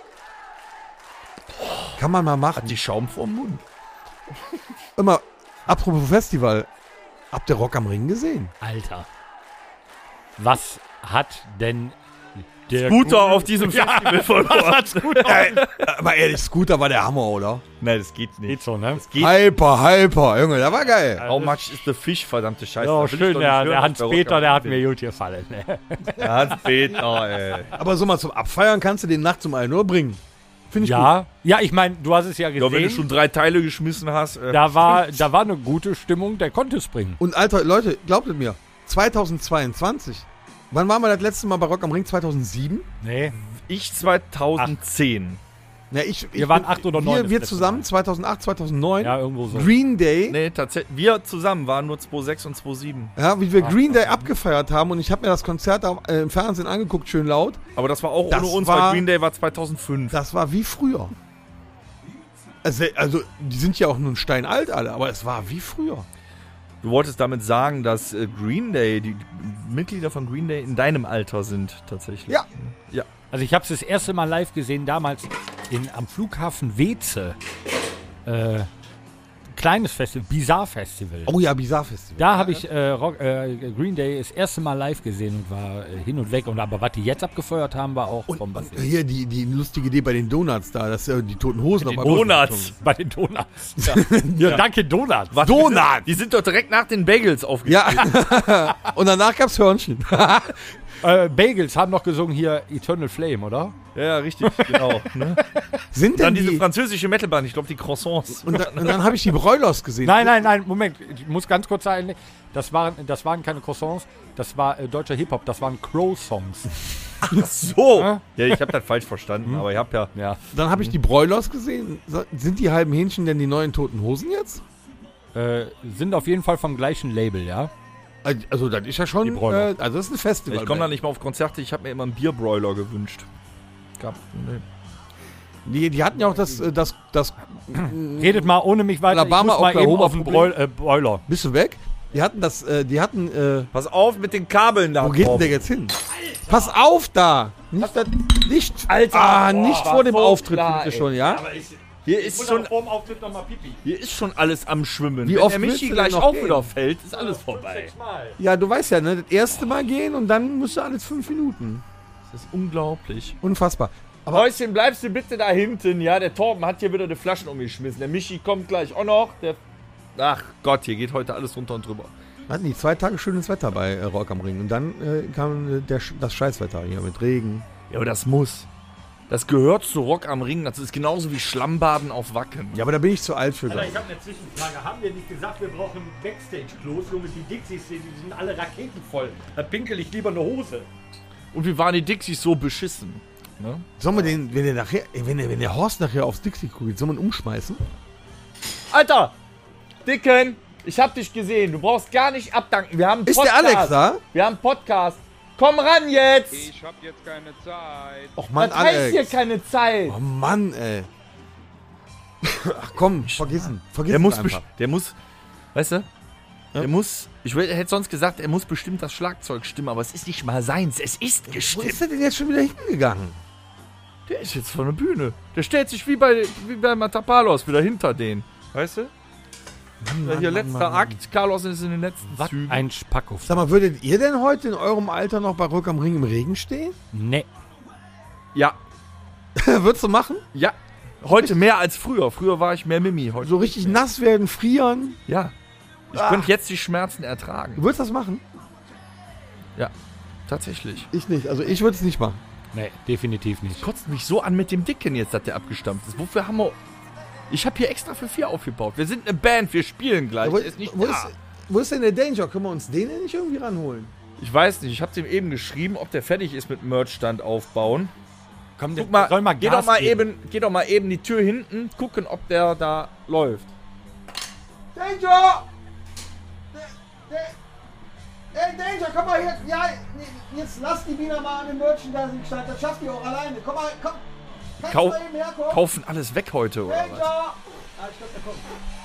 Kann man mal machen. Hat die Schaum vorm Mund. Immer, apropos Festival. Habt ihr Rock am Ring gesehen? Alter. Was hat denn der Scooter auf diesem Festival verloren. Aber ehrlich, Scooter war der Hammer, oder? Nein, das geht nicht. Geht so, ne? Geht. Hyper, Junge, der war geil. How much is the fish, verdammte Scheiße. Ja, Da will ich schön, doch nicht hören, der was Hans-Peter, bei der hat Rock mir gut gefallen. Ne? Der Hans-Peter, ey. Aber so mal zum Abfeiern kannst du den nachts um 1 Uhr bringen. Finde ich gut. Ja, ich meine, du hast es ja Ja, wenn du gesehen. schon 3 Teile geschmissen hast. Da war eine gute Stimmung, der konnte es bringen. Und Alter, Leute, glaubt es mir, 2022, wann waren wir das letzte Mal bei Rock am Ring? 2007? Nee. Ich 2010. Ja, Wir waren 8 oder 9 das Wir letzte zusammen, Mal. 2008, 2009. Ja, irgendwo so. Green Day. Nee, tatsächlich. Wir zusammen waren nur 2,6 und 2,7. Ja, wie wir Green Day abgefeiert haben. Und ich habe mir das Konzert im Fernsehen angeguckt, schön laut. Aber das war auch Das ohne uns, war- weil Green Day war 2005. Das war wie früher. Also, die sind ja auch nur ein Stein alt alle, aber es war wie früher. Du wolltest damit sagen, dass Green Day, die Mitglieder von Green Day in deinem Alter sind, tatsächlich. Ja. Ja. Also ich habe es das erste Mal live gesehen, damals am Flughafen Weze. Kleines Festival, Bizarre Festival. Oh ja, Bizarre Festival. Da habe ich Green Day das erste Mal live gesehen und war hin und weg. Aber was die jetzt abgefeuert haben, war auch bombastisch. Hier die lustige Idee bei den Donuts da, dass die Toten Hosen Die auf Donuts. Bei den Donuts. Ja, danke Donuts. Was, Donuts. Die sind doch direkt nach den Bagels aufgegangen. Ja. Und danach gab's Hörnchen. Bagels haben noch gesungen hier Eternal Flame, oder? Ja, richtig, genau. Ne? Sind Dann denn diese die... französische Metalband, ich glaube die Croissants. Und dann habe ich die Broilers gesehen. Nein, Moment. Ich muss ganz kurz sagen, das waren keine Croissants, das war deutscher Hip-Hop, das waren Crow-Songs. So. Ja, ich habe das falsch verstanden, aber ich habe ja... Dann habe ich die Broilers gesehen. Sind die halben Hähnchen denn die neuen Toten Hosen jetzt? Sind auf jeden Fall vom gleichen Label, ja? Also das ist ja schon... Die Broiler. also das ist ein Festival. Ich komme da nicht mal auf Konzerte, ich habe mir immer einen Bierbroiler gewünscht. Die hatten ja auch das Redet mal ohne mich weiter, Alabama, ich muss mal eben Oklahoma auf den Broiler. Bist du weg? Die hatten, Pass auf mit den Kabeln da. wo geht denn der jetzt hin? Pass auf da! Nicht Alter, nicht war vor dem so Auftritt klar, bitte ey. schon, ja? Hier ist schon, vor dem Auftritt nochmal Pipi. hier ist schon alles am Schwimmen. Wie Wenn oft der willst Michi du gleich denn noch auch gehen? wieder fällt, ist alles vorbei. Ja, du weißt ja, ne? Das erste Mal gehen und dann musst du alles 5 Minuten. Das ist unglaublich. Unfassbar. Aber Häuschen, bleibst du bitte da hinten, ja? Der Torben hat hier wieder die Flaschen umgeschmissen. Der Michi kommt gleich auch noch. Ach Gott, hier geht heute alles runter und drüber. Hatten die 2 Tage schönes Wetter bei Rock am Ring. Und dann kam das Scheißwetter hier mit Regen. Ja, aber das muss. Das gehört zu Rock am Ring. Das ist genauso wie Schlammbaden auf Wacken. Ja, aber da bin ich zu alt für. Alter, ich habe eine Zwischenfrage. Haben wir nicht gesagt, wir brauchen Backstage-Klos? Junge, die Dixies, die sind alle raketenvoll. Da pinkel ich lieber eine Hose. Und wie waren die Dixies so beschissen? Ne? Sollen wir den, wenn der Horst nachher aufs Dixie guckt, sollen wir ihn umschmeißen? Alter! Dicken! Ich hab dich gesehen. Du brauchst gar nicht abdanken. Wir haben einen Ist Podcast. der Alex da? Wir haben einen Podcast. Komm ran jetzt! Ich hab jetzt keine Zeit. Och Mann, Was heißt hier Alex. keine Zeit? Oh Mann, ey. Ach komm, vergessen. Der muss, weißt du? Der muss, hätte sonst gesagt, er muss bestimmt das Schlagzeug stimmen, aber es ist nicht mal seins. Es ist Wo gestimmt. ist der denn jetzt schon wieder hingegangen? Der ist jetzt vor der Bühne. Der stellt sich wie bei Matapalos wieder hinter denen. Weißt du? Hier letzter Akt. Carlos ist in den letzten Zügen. Ein Spackow. Sag mal, würdet ihr denn heute in eurem Alter noch bei Rock am Ring im Regen stehen? Nee. Ja, Würdest du machen? ja. Heute mehr als früher. Früher war ich mehr Mimi. Heute So richtig nass werden, frieren? ja. Ich könnte jetzt die Schmerzen ertragen. Du würdest das machen? Ja, tatsächlich. Ich nicht. Also ich würde es nicht machen. Nee, definitiv nicht. Kotzt mich so an mit dem Dicken jetzt, dass der abgestampft ist. Wofür haben wir... Ich habe hier extra für 4 aufgebaut. Wir sind eine Band, wir spielen gleich. wo, Der ist nicht da. wo ist denn der Danger? Können wir uns den denn nicht irgendwie ranholen? Ich weiß nicht, ich habe dem eben geschrieben, ob der fertig ist mit Merchstand aufbauen. Komm, Guck mal, soll mal geh Gas geben. doch mal eben die Tür hinten, gucken, ob der da läuft. Danger! Hey Danger, komm mal her. Ja, jetzt lass die wieder mal an den Merchandising-Stand. Das schafft ihr auch alleine. Komm mal, komm. Kannst Kau- du mal eben herkommen? Kaufen alles weg heute, oder was? Danger! Ah, ich glaub, der kommt.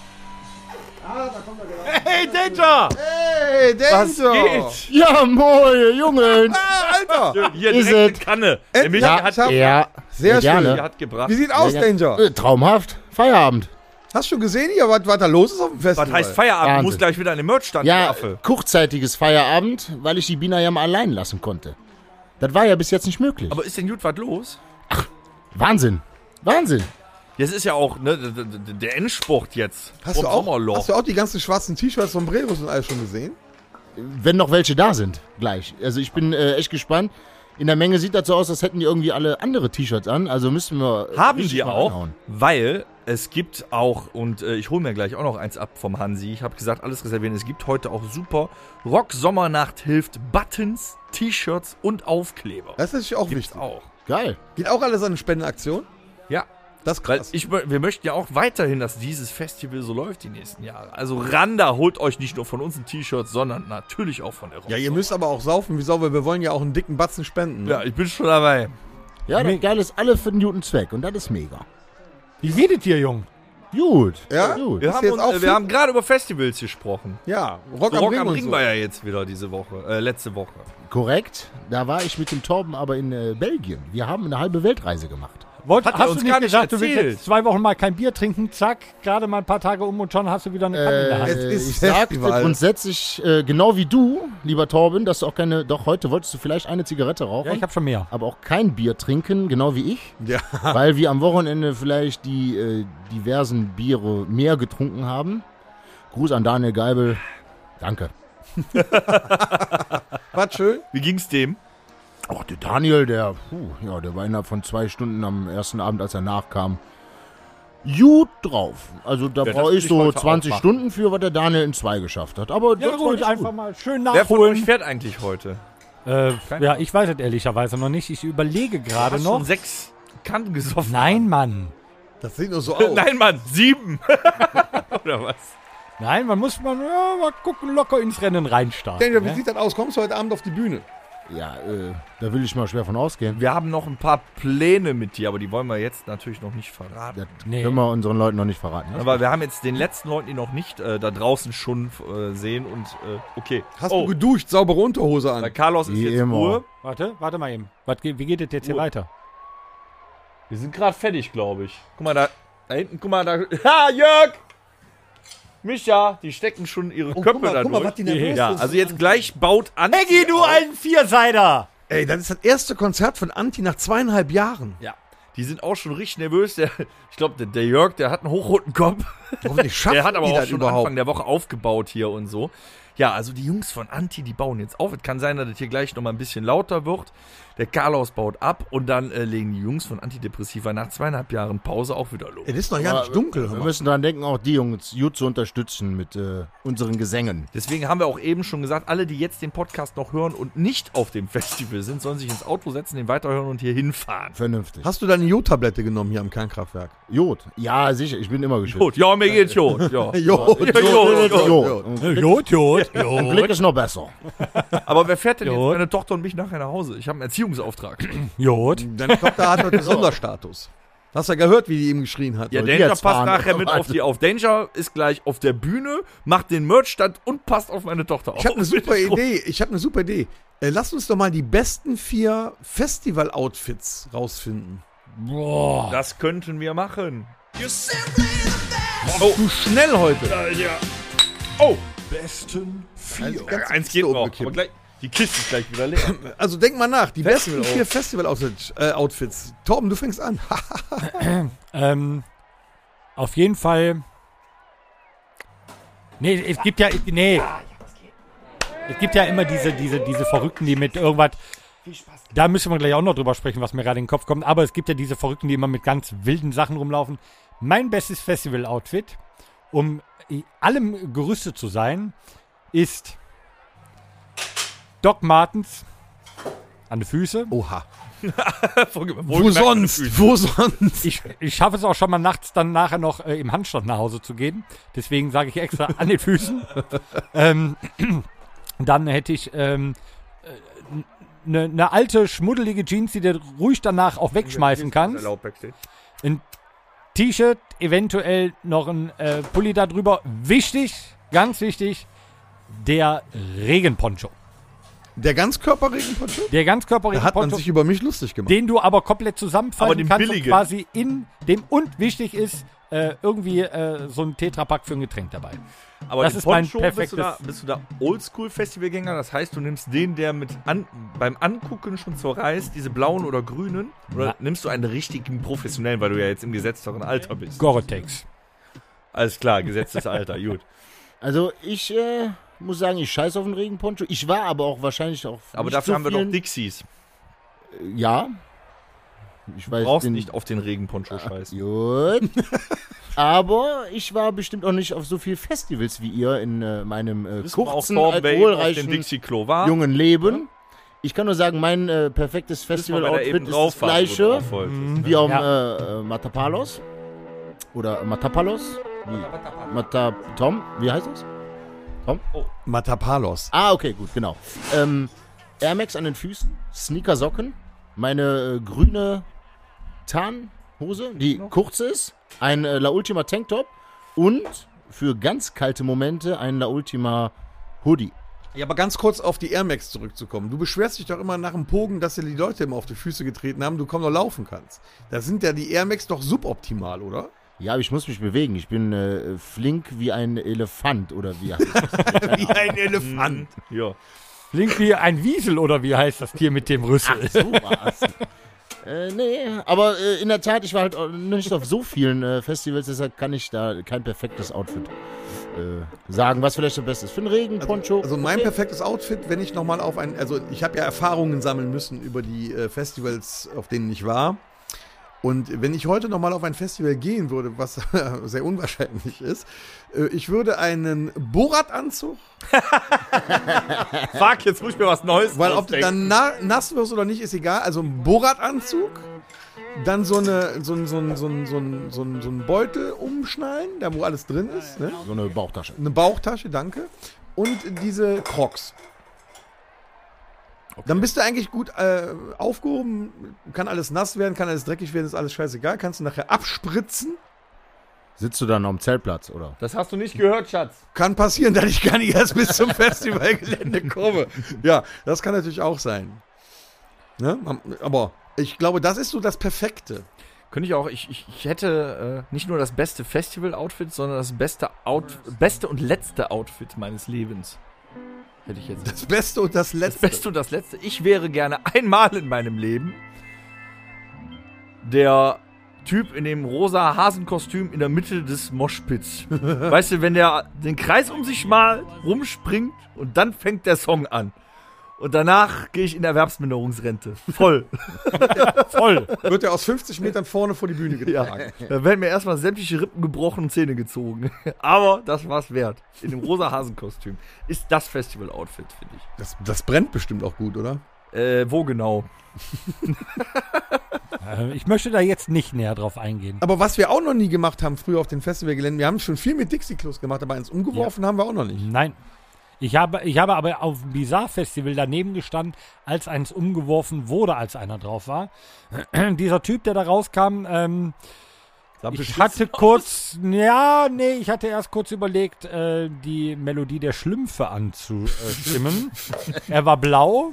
Ah, da kommt er wieder. Hey, Danger! Hey, Was Danger! geht? Ja, moin, Jungs. Ah, Alter! Hier, Ist direkt es? eine Kanne. Der Michi Ja, hat, Ja, Sehr gerne. schön. der hat gebracht. Wie sieht aus, Danger? Traumhaft. Feierabend. Hast du gesehen hier, was da los ist auf dem Festival? Was heißt Feierabend? Du Wahnsinn. musst gleich wieder an den Merchstand, Ja, Affe. kurzzeitiges Feierabend, weil ich die Bina ja mal allein lassen konnte. Das war ja bis jetzt nicht möglich. Aber ist denn gut was los? Wahnsinn. Wahnsinn. Jetzt ist ja auch ne, der Endspurt jetzt. Hast du, vom auch, Sommerloch. hast du auch die ganzen schwarzen T-Shirts von Breros und alles schon gesehen? Wenn noch welche da sind, gleich. Also ich bin echt gespannt. In der Menge sieht das so aus, als hätten die irgendwie alle andere T-Shirts an. Also müssen wir Haben richtig die mal auch, reinhauen. weil es gibt auch, und ich hole mir gleich auch noch eins ab vom Hansi, ich habe gesagt, alles reservieren, es gibt heute auch super Rock-Sommernacht hilft Buttons, T-Shirts und Aufkleber. Das ist natürlich auch Gibt's wichtig. auch. Geil. Geht auch alles an eine Spendenaktion? Ja, Das ist weil krass. wir möchten ja auch weiterhin, dass dieses Festival so läuft die nächsten Jahre. Also Randa holt euch nicht nur von uns ein T-Shirt, sondern natürlich auch von der Rock. Ja, ihr müsst aber auch saufen wie Sau, weil wir wollen ja auch einen dicken Batzen spenden. Ne? Ja, ich bin schon dabei. Ja, das Geile ist alle für einen guten Zweck. Und das ist mega. Wie geht es dir, Jung? Gut. Ja? Gut. Wir Ist haben, jetzt auch fit? wir haben gerade über Festivals gesprochen. Ja, Rock am Rock Ring am und Ring so. war ja jetzt wieder diese Woche, letzte Woche. Korrekt. Da war ich mit dem Torben aber in Belgien. Wir haben eine halbe Weltreise gemacht. Hat er Hast uns du nicht gar nicht gesagt, du willst erzählt. jetzt 2 Wochen mal kein Bier trinken? Zack, gerade mal ein paar Tage um und schon hast du wieder eine Kanne in der Hand. Es ist Ich sagte Festival. grundsätzlich, genau wie du, lieber Torben, dass du auch keine, doch heute wolltest du vielleicht eine Zigarette rauchen, Ja, ich habe schon mehr. aber auch kein Bier trinken, genau wie ich, Ja. weil wir am Wochenende vielleicht die diversen Biere mehr getrunken haben. Gruß an Daniel Geibel. Danke. War schön. Wie ging's dem? Ach, der Daniel, der war innerhalb von 2 Stunden am ersten Abend, als er nachkam, gut drauf. Also da Ja, das brauche will ich ich so heute auch 20 machen. Stunden für, was der Daniel in 2 geschafft hat. Aber Ja das gut, war einfach mal schön Wer von euch nachholen. fährt eigentlich heute? Ja, ich weiß es ehrlicherweise noch nicht. Ich überlege gerade Hast noch. schon 6 Kanten gesoffen? Nein, Mann. Das sieht nur so aus. Nein, Mann, 7. Oder was? Nein, man muss mal gucken, locker ins Rennen reinstarten. Danger, wie ne? sieht das aus? Kommst du heute Abend auf die Bühne? Ja, da will ich mal schwer von ausgehen. Wir haben noch ein paar Pläne mit dir, aber die wollen wir jetzt natürlich noch nicht verraten. Das Nee. können wir unseren Leuten noch nicht verraten. Ne? Aber wir haben jetzt den letzten Leuten, die noch nicht da draußen schon sehen und okay. Hast du geduscht, saubere Unterhose Bei an? Carlos ist Wie jetzt immer. Ruhe. Warte mal eben. Wie geht es jetzt hier Ruhe. weiter? Wir sind gerade fertig, glaube ich. Guck mal, da hinten, guck mal, da. Ha, Jörg! Micha, die stecken schon ihre Köpfe da durch. was die nervös Ja, sind. also jetzt gleich baut an. Eggi, du alten Vierseiter! Ey, das ist das erste Konzert von Anti nach 2,5 Jahren. Ja, die sind auch schon richtig nervös. Ich glaube, der Jörg, der hat einen hochroten Kopf. Hoffentlich schaffen Der hat aber die auch das schon überhaupt. Anfang der Woche aufgebaut hier und so. Ja, also die Jungs von Anti, die bauen jetzt auf. Es kann sein, dass es hier gleich nochmal ein bisschen lauter wird. Der Carlos baut ab und dann legen die Jungs von Antidepressiva nach 2,5 Jahren Pause auch wieder los. Es ist noch gar nicht dunkel. hör Wir mal. müssen dran denken, auch die Jungs gut zu unterstützen mit unseren Gesängen. Deswegen haben wir auch eben schon gesagt, alle, die jetzt den Podcast noch hören und nicht auf dem Festival sind, sollen sich ins Auto setzen, den weiterhören und hier hinfahren. Vernünftig. Hast du deine Jodtablette genommen hier am Kernkraftwerk? Jod. Ja, sicher. Ich bin immer geschützt. Gut, ja, mir geht's Jod. Ja. Jod. Jod. Jod. Ein Blick ist noch besser. Aber wer fährt denn jetzt Jod. meine Tochter und mich nachher nach Hause? Ich habe einen Erziehungsauftrag. Jod. Deine Tochter hat heute Sonderstatus. Hast ja gehört, wie die eben geschrien hat. Ja, heute. Danger jetzt passt fahren. nachher mit auf die auf. Danger ist gleich auf der Bühne, macht den Merchstand und passt auf meine Tochter auf. Ich habe eine super Idee. Lass uns doch mal die besten 4 Festival-Outfits rausfinden. Boah. Das könnten wir machen. Du schnell heute. Oh, Besten 4. eins geht noch. umgekippt. Aber gleich, die Kiste ist gleich wieder leer. Also denk mal nach. Die besten Festival 4 Festival-Outfits. Torben, du fängst an. Auf jeden Fall. Nee, es gibt ja. Nee. Es gibt ja immer diese Verrückten, die mit irgendwas. Da müssen wir gleich auch noch drüber sprechen, was mir gerade in den Kopf kommt. Aber es gibt ja diese Verrückten, die immer mit ganz wilden Sachen rumlaufen. Mein bestes Festival-Outfit, um allem gerüstet zu sein, ist Doc Martens an die Füße. Oha. Wo Wo sonst? Ich schaffe es auch schon mal nachts dann nachher noch im Handstand nach Hause zu gehen. Deswegen sage ich extra an den Füßen. Dann hätte ich eine alte, schmuddelige Jeans, die du ruhig danach auch wegschmeißen kannst. Ein T-Shirt, eventuell noch ein Pulli da drüber. Wichtig, ganz wichtig, der Regenponcho. Der Ganzkörperregenponcho? Der Da hat man Ganzkörper-Regenponcho, sich über mich lustig gemacht. den du aber komplett Aber zusammenfalten den kannst und billigen. quasi in dem, und wichtig ist, irgendwie so ein Tetrapack für ein Getränk dabei. Aber Das den ist mein Poncho, perfektes- bist du da Oldschool-Festivalgänger? Das heißt, du nimmst den, der beim Angucken schon zerreißt, diese blauen oder grünen? Oder Na. nimmst du einen richtigen professionellen, weil du ja jetzt im gesetzteren Alter bist? Gore-Tex. Alles klar, gesetztes Alter, gut. Also ich muss sagen, ich scheiße auf den Regenponcho. Ich war aber auch wahrscheinlich auch Aber nicht dafür so haben wir doch vielen- Dixies. Ja. Ich Du weiß brauchst den, nicht auf den Regenponcho scheißen. Gut. Aber ich war bestimmt auch nicht auf so viel Festivals wie ihr in meinem Wissen wir auch, kurzen, Torben, wer eben auf dem alkoholreichen Dixie-Klo war? jungen Leben. Ich kann nur sagen, mein perfektes Wissen wir, wer da Festival-Outfit eben ist drauf das war, wo gleiche drauf folgt. wie auf Matapalos. Oder Matapalos. Tom, wie heißt das? Matapalos. Ah, okay, gut, genau. Air Max an den Füßen, Sneakersocken, meine grüne Tarnhose, die kurz ist, ein La Ultima Tanktop und für ganz kalte Momente ein La Ultima Hoodie. Ja, aber ganz kurz auf die Air Max zurückzukommen. Du beschwerst dich doch immer nach dem Pogen, dass dir die Leute immer auf die Füße getreten haben, du kaum noch laufen kannst. Da sind ja die Air Max doch suboptimal, oder? Ja, aber ich muss mich bewegen. Ich bin flink wie ein Elefant, oder wie heißt das? Wie ein Elefant. Ja. Klingt wie ein Wiesel, oder wie heißt das Tier mit dem Rüssel? So war's. Nee, aber in der Tat, ich war halt auch nicht auf so vielen Festivals, deshalb kann ich da kein perfektes Outfit sagen, was vielleicht das Beste ist. Für den Regen, Poncho. Also mein okay. perfektes Outfit, wenn ich nochmal also ich habe ja Erfahrungen sammeln müssen über die Festivals, auf denen ich war. Und wenn ich heute nochmal auf ein Festival gehen würde, was sehr unwahrscheinlich ist, ich würde einen Borat-Anzug, Fuck, jetzt muss ich mir was Neues weil ob du ausdenken. dann nass wirst oder nicht, ist egal. Also ein Borat-Anzug, dann so ein Beutel umschnallen, da wo alles drin ist. Ne? So eine Bauchtasche. Eine Bauchtasche, danke. Und diese Crocs. Dann bist du eigentlich gut aufgehoben, kann alles nass werden, kann alles dreckig werden, ist alles scheißegal, kannst du nachher abspritzen. Sitzt du dann am Zeltplatz, oder? Das hast du nicht gehört, Schatz. Kann passieren, dass ich gar nicht erst bis zum Festivalgelände komme. Ja, das kann natürlich auch sein. Ne? Aber ich glaube, das ist so das Perfekte. Könnte ich auch, ich hätte nicht nur das beste Festival-Outfit, sondern das beste und letzte Outfit meines Lebens. Hätte ich jetzt. Das Beste und das Letzte. Das Beste und das Letzte. Ich wäre gerne einmal in meinem Leben der Typ in dem rosa Hasenkostüm in der Mitte des Moshpits. Weißt du, wenn der den Kreis um sich mal rumspringt und dann fängt der Song an. Und danach gehe ich in Erwerbsminderungsrente. Voll. Voll. Wird er aus 50 Metern vorne vor die Bühne getragen. Da werden mir erstmal sämtliche Rippen gebrochen und Zähne gezogen. Aber das war's wert. In dem rosa Hasenkostüm. Ist das Festival-Outfit, finde ich. Das brennt bestimmt auch gut, oder? Wo genau? Ich möchte da jetzt nicht näher drauf eingehen. Aber was wir auch noch nie gemacht haben früher auf den Festivalgeländen, wir haben schon viel mit Dixie-Klos gemacht, aber eins umgeworfen haben wir auch noch nicht. Nein. Ich habe aber auf dem Bizarre-Festival daneben gestanden, als eins umgeworfen wurde, als einer drauf war. Dieser Typ, der da rauskam, ich hatte erst kurz überlegt, die Melodie der Schlümpfe anzustimmen. Er war blau,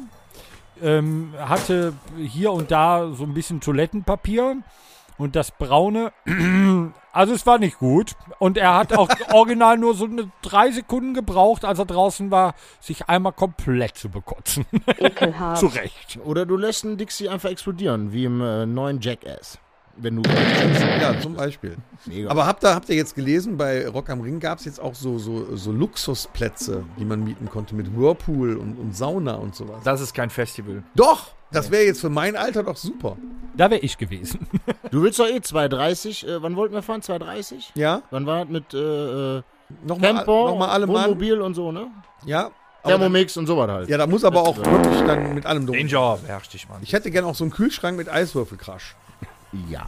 hatte hier und da so ein bisschen Toilettenpapier und das braune, also es war nicht gut. Und er hat auch original nur so 3 Sekunden gebraucht, als er draußen war, sich einmal komplett zu bekotzen. Ekelhaft. Zu Recht. Oder du lässt einen Dixie einfach explodieren, wie im neuen Jackass. Wenn du. Ja, zum Beispiel. Mega. Aber habt ihr jetzt gelesen, bei Rock am Ring gab es jetzt auch so Luxusplätze, die man mieten konnte mit Whirlpool und Sauna und sowas. Das ist kein Festival. Doch! Das wäre jetzt für mein Alter doch super. Da wäre ich gewesen. Du willst doch 2,30. Wann wollten wir fahren? 2,30? Ja? Wann war das mit Nochmal alle Mann. Wohnmobil und so, ne? Ja. Thermomix und sowas halt. Ja, da muss aber auch wirklich dann mit allem drum. Danger, beherrsch dich, Mann. Ich hätte gern auch so einen Kühlschrank mit Eiswürfelcrash. Ja.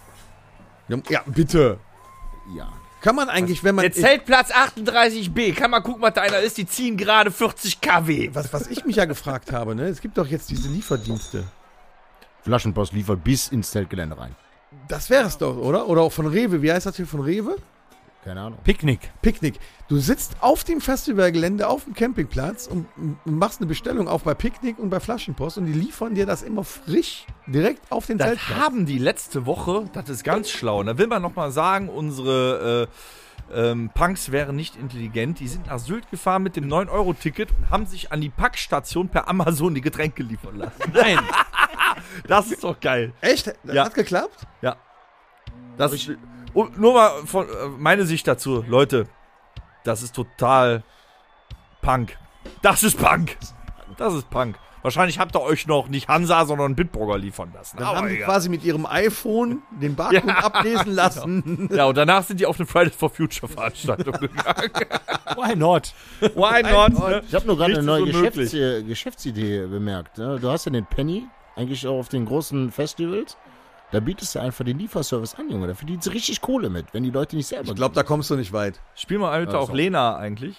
Ja, bitte. Ja. Kann man eigentlich, wenn man... Der Zeltplatz 38b, kann man gucken, was da einer ist, die ziehen gerade 40 kW. Was ich mich ja gefragt habe, ne? Es gibt doch jetzt diese Lieferdienste. Flaschenpost liefert bis ins Zeltgelände rein. Das wäre es doch, oder? Oder auch von Rewe. Wie heißt das hier von Rewe? Keine Ahnung. Picknick. Picknick. Du sitzt auf dem Festivalgelände, auf dem Campingplatz und machst eine Bestellung auf bei Picknick und bei Flaschenpost und die liefern dir das immer frisch direkt auf den Das Zeltplatz. haben die letzte Woche, das ist ganz schlau. Und da will man nochmal sagen, unsere Punks wären nicht intelligent. Die sind nach Sylt gefahren mit dem 9-Euro-Ticket und haben sich an die Packstation per Amazon die Getränke liefern lassen. Nein. Das ist doch geil. Echt? Das Ja. hat geklappt? Ja. Das ist, und nur mal von meine Sicht dazu, Leute. Das ist total Punk. Das ist Punk. Das ist Punk. Wahrscheinlich habt ihr euch noch nicht Hansa, sondern Bitburger liefern lassen. Dann Aber haben die egal. quasi mit ihrem iPhone den Barcode Ja. ablesen lassen. Ja, und danach sind die auf eine Fridays for Future Veranstaltung gegangen. Why not? Why not? Ne? Ich habe nur gerade eine Nichts neue ist unmöglich. Geschäftsidee bemerkt. Ne? Du hast ja den Penny, eigentlich auch auf den großen Festivals. Da bietest du einfach den Lieferservice an, Junge. Da verdienst du richtig Kohle mit, wenn die Leute nicht selber Ich glaube, da kommst du nicht weit. Spiel mal Alter Ja, auch so. Lena eigentlich.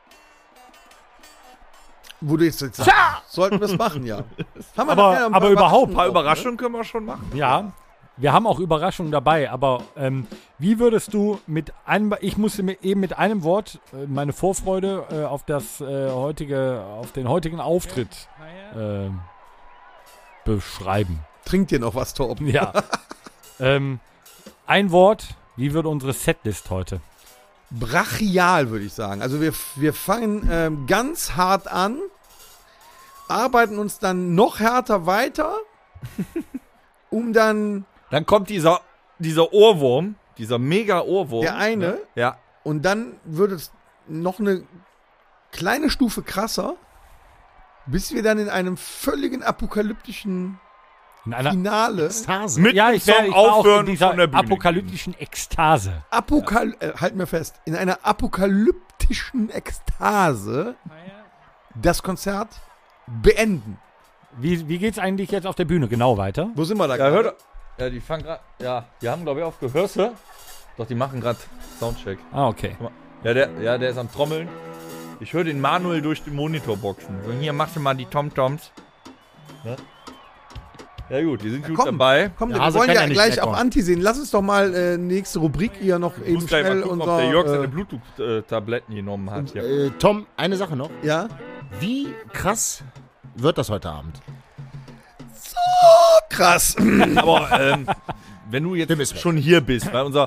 Wo du jetzt sagst, sollten wir es machen, ja. Haben wir Aber- nachher ein aber paar überhaupt, Ein paar auch, Überraschungen können wir schon machen. Ja, wir haben auch Überraschungen dabei, aber wie würdest du ich musste mir eben mit einem Wort meine Vorfreude auf den heutigen Auftritt beschreiben. Trink dir noch was, Torben. Ja. Ein Wort, wie wird unsere Setlist heute? Brachial, würde ich sagen. Also wir fangen ganz hart an, arbeiten uns dann noch härter weiter, um dann Dann kommt dieser Ohrwurm, dieser Mega-Ohrwurm. der eine Ja. und dann wird es noch eine kleine Stufe krasser, bis wir dann in einem völligen apokalyptischen In einer, Finale. Ekstase. Mit ja, dem ich wäre Song auch in aufhören dieser von der Bühne. apokalyptischen Ekstase. Halt mir fest, in einer apokalyptischen Ekstase das Konzert beenden. Wie geht's eigentlich jetzt auf der Bühne genau weiter? Wo sind wir da Ja, hör doch. Ja, die fangen gerade. Ja, die haben, glaube ich, aufgehört. Hörst du? Doch, die machen gerade Soundcheck. Ah, okay. Ja, der ist am Trommeln. Ich höre den Manuel durch die Monitorboxen. So, hier, machst du mal die Tom-Toms. Ne? Ja gut, die sind gut komm. dabei. Komm, Der wir Hase wollen kann ja ja nicht gleich wegkommen. auch Anti sehen. Lass uns doch mal nächste Rubrik hier noch Ich eben muss gleich mal schnell gucken, ob unser... der Jörg seine Bluetooth-Tabletten genommen hat. Ja. Tom, eine Sache noch. ja? Wie krass wird das heute Abend? Krass. Aber wenn du jetzt schon hier bist, weil unser...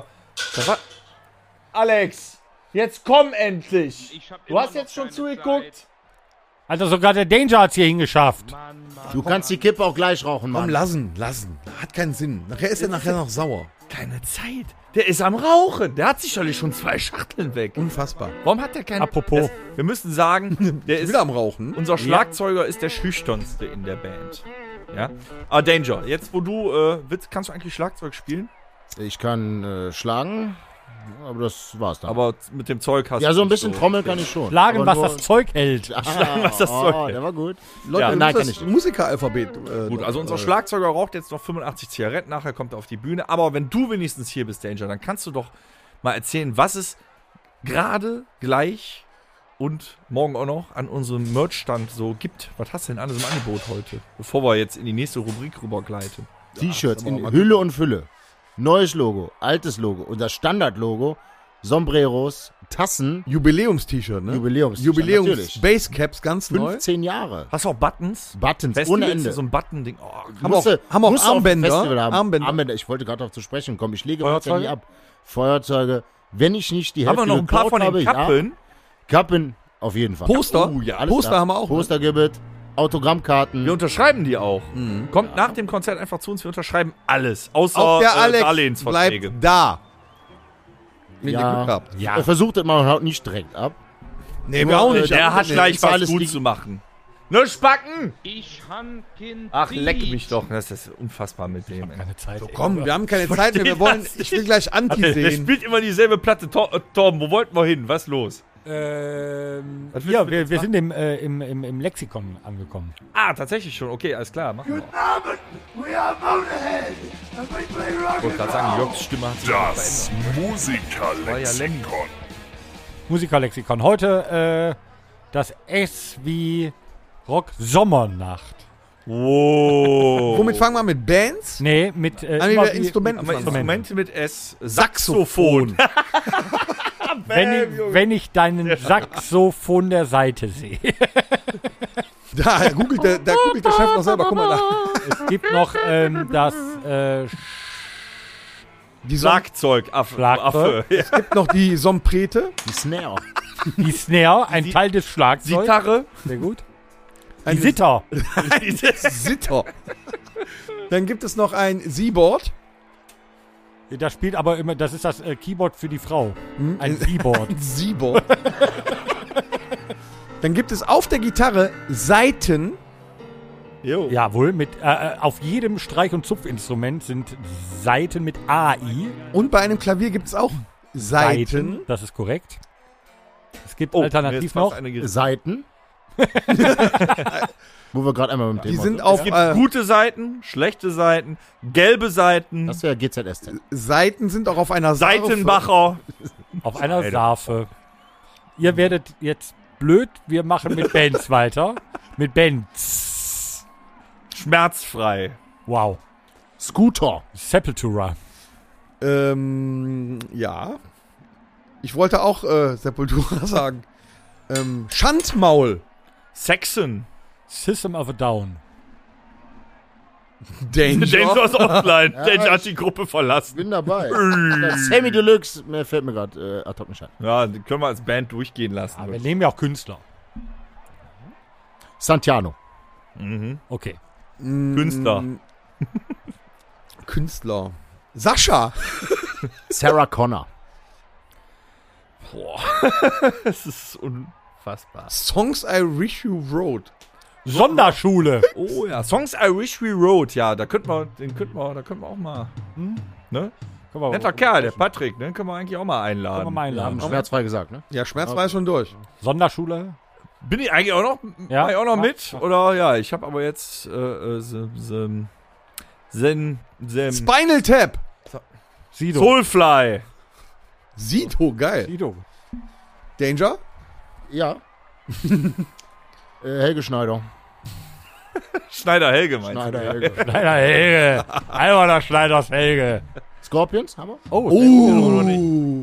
Alex, jetzt komm endlich! Ich hab Du immer hast noch jetzt schon keine zugeguckt? Zeit. Also sogar der Danger hat's hier hingeschafft. Mann. Du kannst die Kippe auch gleich rauchen, Komm, Mann. lassen. Hat keinen Sinn. Nachher ist er nachher noch sauer. Keine Zeit. Der ist am Rauchen. Der hat sicherlich schon 2 Schachteln weg. Unfassbar. Warum hat der keine... Apropos. Wir müssen sagen, der ist... Wieder am Rauchen. Unser Schlagzeuger ist der schüchternste in der Band. Ja? Aber Danger, jetzt wo du kannst du eigentlich Schlagzeug spielen? Ich kann schlagen, aber das war's dann. Aber mit dem Zeug hast ja, du so ein nicht bisschen Trommeln kann ich schon. Schlagen, aber was nur- das Zeug hält. Schlagen, was das Zeug hält. Der war gut. Leute, Ja. wir Nein, müssen kann das ich. Musikeralphabet. Gut, also unser Schlagzeuger raucht jetzt noch 85 Zigaretten, nachher kommt er auf die Bühne. Aber wenn du wenigstens hier bist, Danger, dann kannst du doch mal erzählen, was es gerade, gleich und morgen auch noch an unserem Merchstand so gibt. Was hast du denn alles im Angebot heute? Bevor wir jetzt in die nächste Rubrik rübergleiten. T-Shirts in Hülle und Fülle. Neues Logo, altes Logo, unser Standardlogo, Sombreros, Tassen, Jubiläums-T-Shirt, ne? Jubiläums-T-Shirt, natürlich. Jubiläums-Basecaps, ganz neu. 15 Jahre. Hast du auch Buttons? Buttons Festival ohne ist Ende. so ein Button-Ding. Oh, Haben wir auch Musst du auf dem Armbänder? Festival haben. Armbänder. Armbänder. Ich wollte gerade darauf zu sprechen kommen. Ich lege Feuerzeuge? heute nie ab. Feuerzeuge. Wenn ich nicht die haben Hälfte wir noch ein paar von den habe, Kappen? Ja, Kappen auf jeden Fall. Poster? Oh, ja, Alles Poster da. haben wir auch. Poster gibt es, Autogrammkarten. Wir unterschreiben die auch. Mhm. Kommt nach dem Konzert einfach zu uns, wir unterschreiben alles. Außer Auch der Alex Darlehensverträge. bleibt da. Wenn ihr Glück ja, habt. Er versucht es mal nicht direkt ab. Nee, wir auch nicht. Der hat Nee, gleich ist was alles gut liegen. zu machen. Ne, Spacken! Ich han Kind. Ach, leck mich doch. Das ist unfahr mit dem, ey. Keine Zeit. Komm, wir haben keine Zeit mehr. Wir wollen, ich will gleich Anti Der sehen. spielt immer dieselbe Platte. Torben, wo wollten wir hin? Was ist los? Was willst Ja, du wir jetzt sind im Lexikon angekommen. Ah, tatsächlich schon. Okay, alles klar. Machen wir. Ich wollte gerade sagen, Jörgs Stimme hat sich auch Das verändert. Musikerlexikon. Musikerlexikon. Heute das S wie Rock Sommernacht. Wow. Womit fangen wir mit Bands? Nee, mit Ah, nee, immer wir wie- Instrumenten Aber fangen wir an. Instrumente mit S. Saxophon. wenn ich deinen Saxo von der Seite sehe. Da googelt der Chef noch selber. Guck mal da. Es gibt noch das Die, Schlagzeug. Affe. Schlagzeug. Ja. gibt noch die Somprete. Die Snare. die Snare, ein Teil des Schlagzeugs. Gitarre. Sehr gut. Die Eine Sitter. Sitter. Dann gibt es noch ein Seaboard. Das spielt aber immer, das ist das Keyboard für die Frau. Hm? Ein Keyboard. Seaboard. Dann gibt es auf der Gitarre Saiten. Jo. Jawohl, mit auf jedem Streich- und Zupfinstrument sind Saiten mit AI. Und bei einem Klavier gibt es auch Saiten. Das ist korrekt. Es gibt Oh, mir alternativ ist fast noch eine gerissen. Seiten. Wo wir gerade einmal mit dem Die Thema sind sind. auf Es gibt gute Seiten, schlechte Seiten, gelbe Seiten, Das wäre GZSZ. Seiten sind auch auf einer Seitenbacher. auf einer Sarfe. Ihr werdet jetzt blöd, wir machen mit Bands weiter. Mit Bands. Schmerzfrei. Wow. Scooter. Sepultura. Ja. Ich wollte auch Sepultura sagen. Schandmaul. Saxon. System of a Down. Danger ist offline. Danger hat die Gruppe verlassen. Bin dabei. Sammy Deluxe, mehr fällt mir gerade ad hoc nicht ein. Ja, die können wir als Band durchgehen lassen. Aber wir nehmen ja auch Künstler. Santiano. Okay. Künstler. Künstler. Sascha. Sarah Connor. Boah. Das ist unfassbar. Songs I Wish You Wrote. Sonderschule. Oh ja, Songs I Wish We Wrote. Ja, da könnten wir auch mal. Ne? Netter Kerl, der Patrick, ne? Können wir eigentlich auch mal einladen. Können wir mal einladen. Schmerzfrei gesagt, ne? Ja, schmerzfrei ist schon durch. Sonderschule. Bin ich eigentlich auch noch, Ja. war ich auch noch Mach. mit? Oder ja, ich habe aber jetzt Spinal Tap. Sido. Soulfly. Sido, geil. Sido. Danger? Ja. Helge Schneider. Schneider Helge meinst Schneider, du? Helge. Schneider Helge. Alberter Schneiders Helge. Scorpions, haben wir? Oh,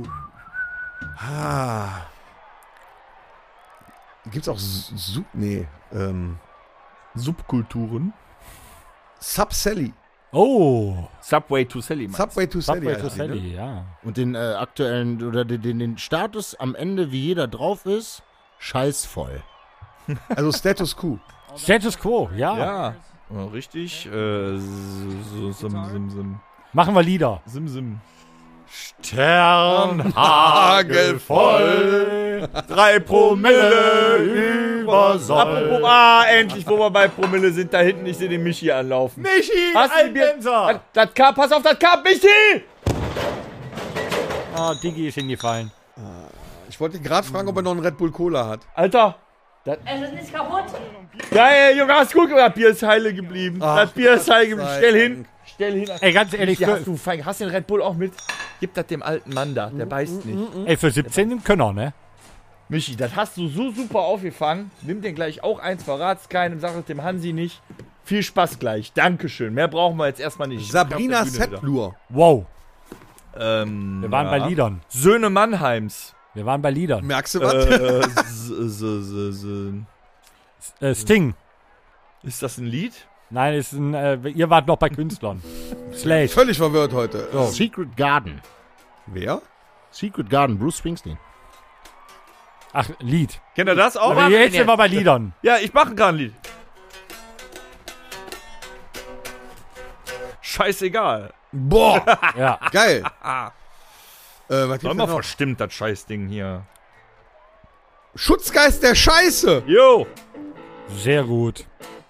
Gibt's auch Subkulturen. Sub Sally. oh. Subway to Sally. meinst du? Subway to Sally. Subway to heißt die, ne? Sally, ja. Und den aktuellen, oder den Status am Ende, wie jeder drauf ist, scheißvoll. Also Status Quo. Status Quo, ja. Ja, richtig. Machen wir Lieder. Sim. Sternhagelvoll. 3 Promille über Apropos, endlich, wo wir bei Promille sind, da hinten, ich sehe den Michi anlaufen. Michi, Hast du ein Bier? Benzer. Das K, pass auf das K, Michi! Ah, Diggi ist hingefallen. Ich wollte gerade fragen, ob er noch einen Red Bull Cola hat. Alter, Es ist nicht kaputt. geil, Junge, hast gut gemacht. Das Bier ist heile geblieben. Das Bier ist heile geblieben. sei Stell hin. Dank. Stell hin. Ey, ganz ehrlich, Ja, hast du den Red Bull auch mit? Gib das dem alten Mann da, der beißt nicht. ey, für 17 ein Könner, ne? Michi, das hast du so super aufgefangen. Nimm den gleich auch eins, verrat's keinem, sag es dem Hansi nicht. Viel Spaß gleich. Dankeschön. Mehr brauchen wir jetzt erstmal nicht. Sabrina Auf der Bühne wieder. Setlur. Wow. Wir waren bei Liedern. Söhne Mannheims. Wir waren bei Liedern. Merkst du was? Sting. Ist das ein Lied? Nein, ist ein, ihr wart noch bei Künstlern. Slash. Völlig verwirrt heute. Secret Garden. Wer? Secret Garden, Bruce Springsteen. Ach, Lied. Kennt ihr das auch? Aber jetzt sind wir bei Liedern. Ja, ich mache gerade ein Lied. Scheißegal. Boah, Ja. geil. Was gibt's Soll denn mal noch? verstimmt, das Scheißding hier. Schutzgeist der Scheiße. Jo. Sehr gut.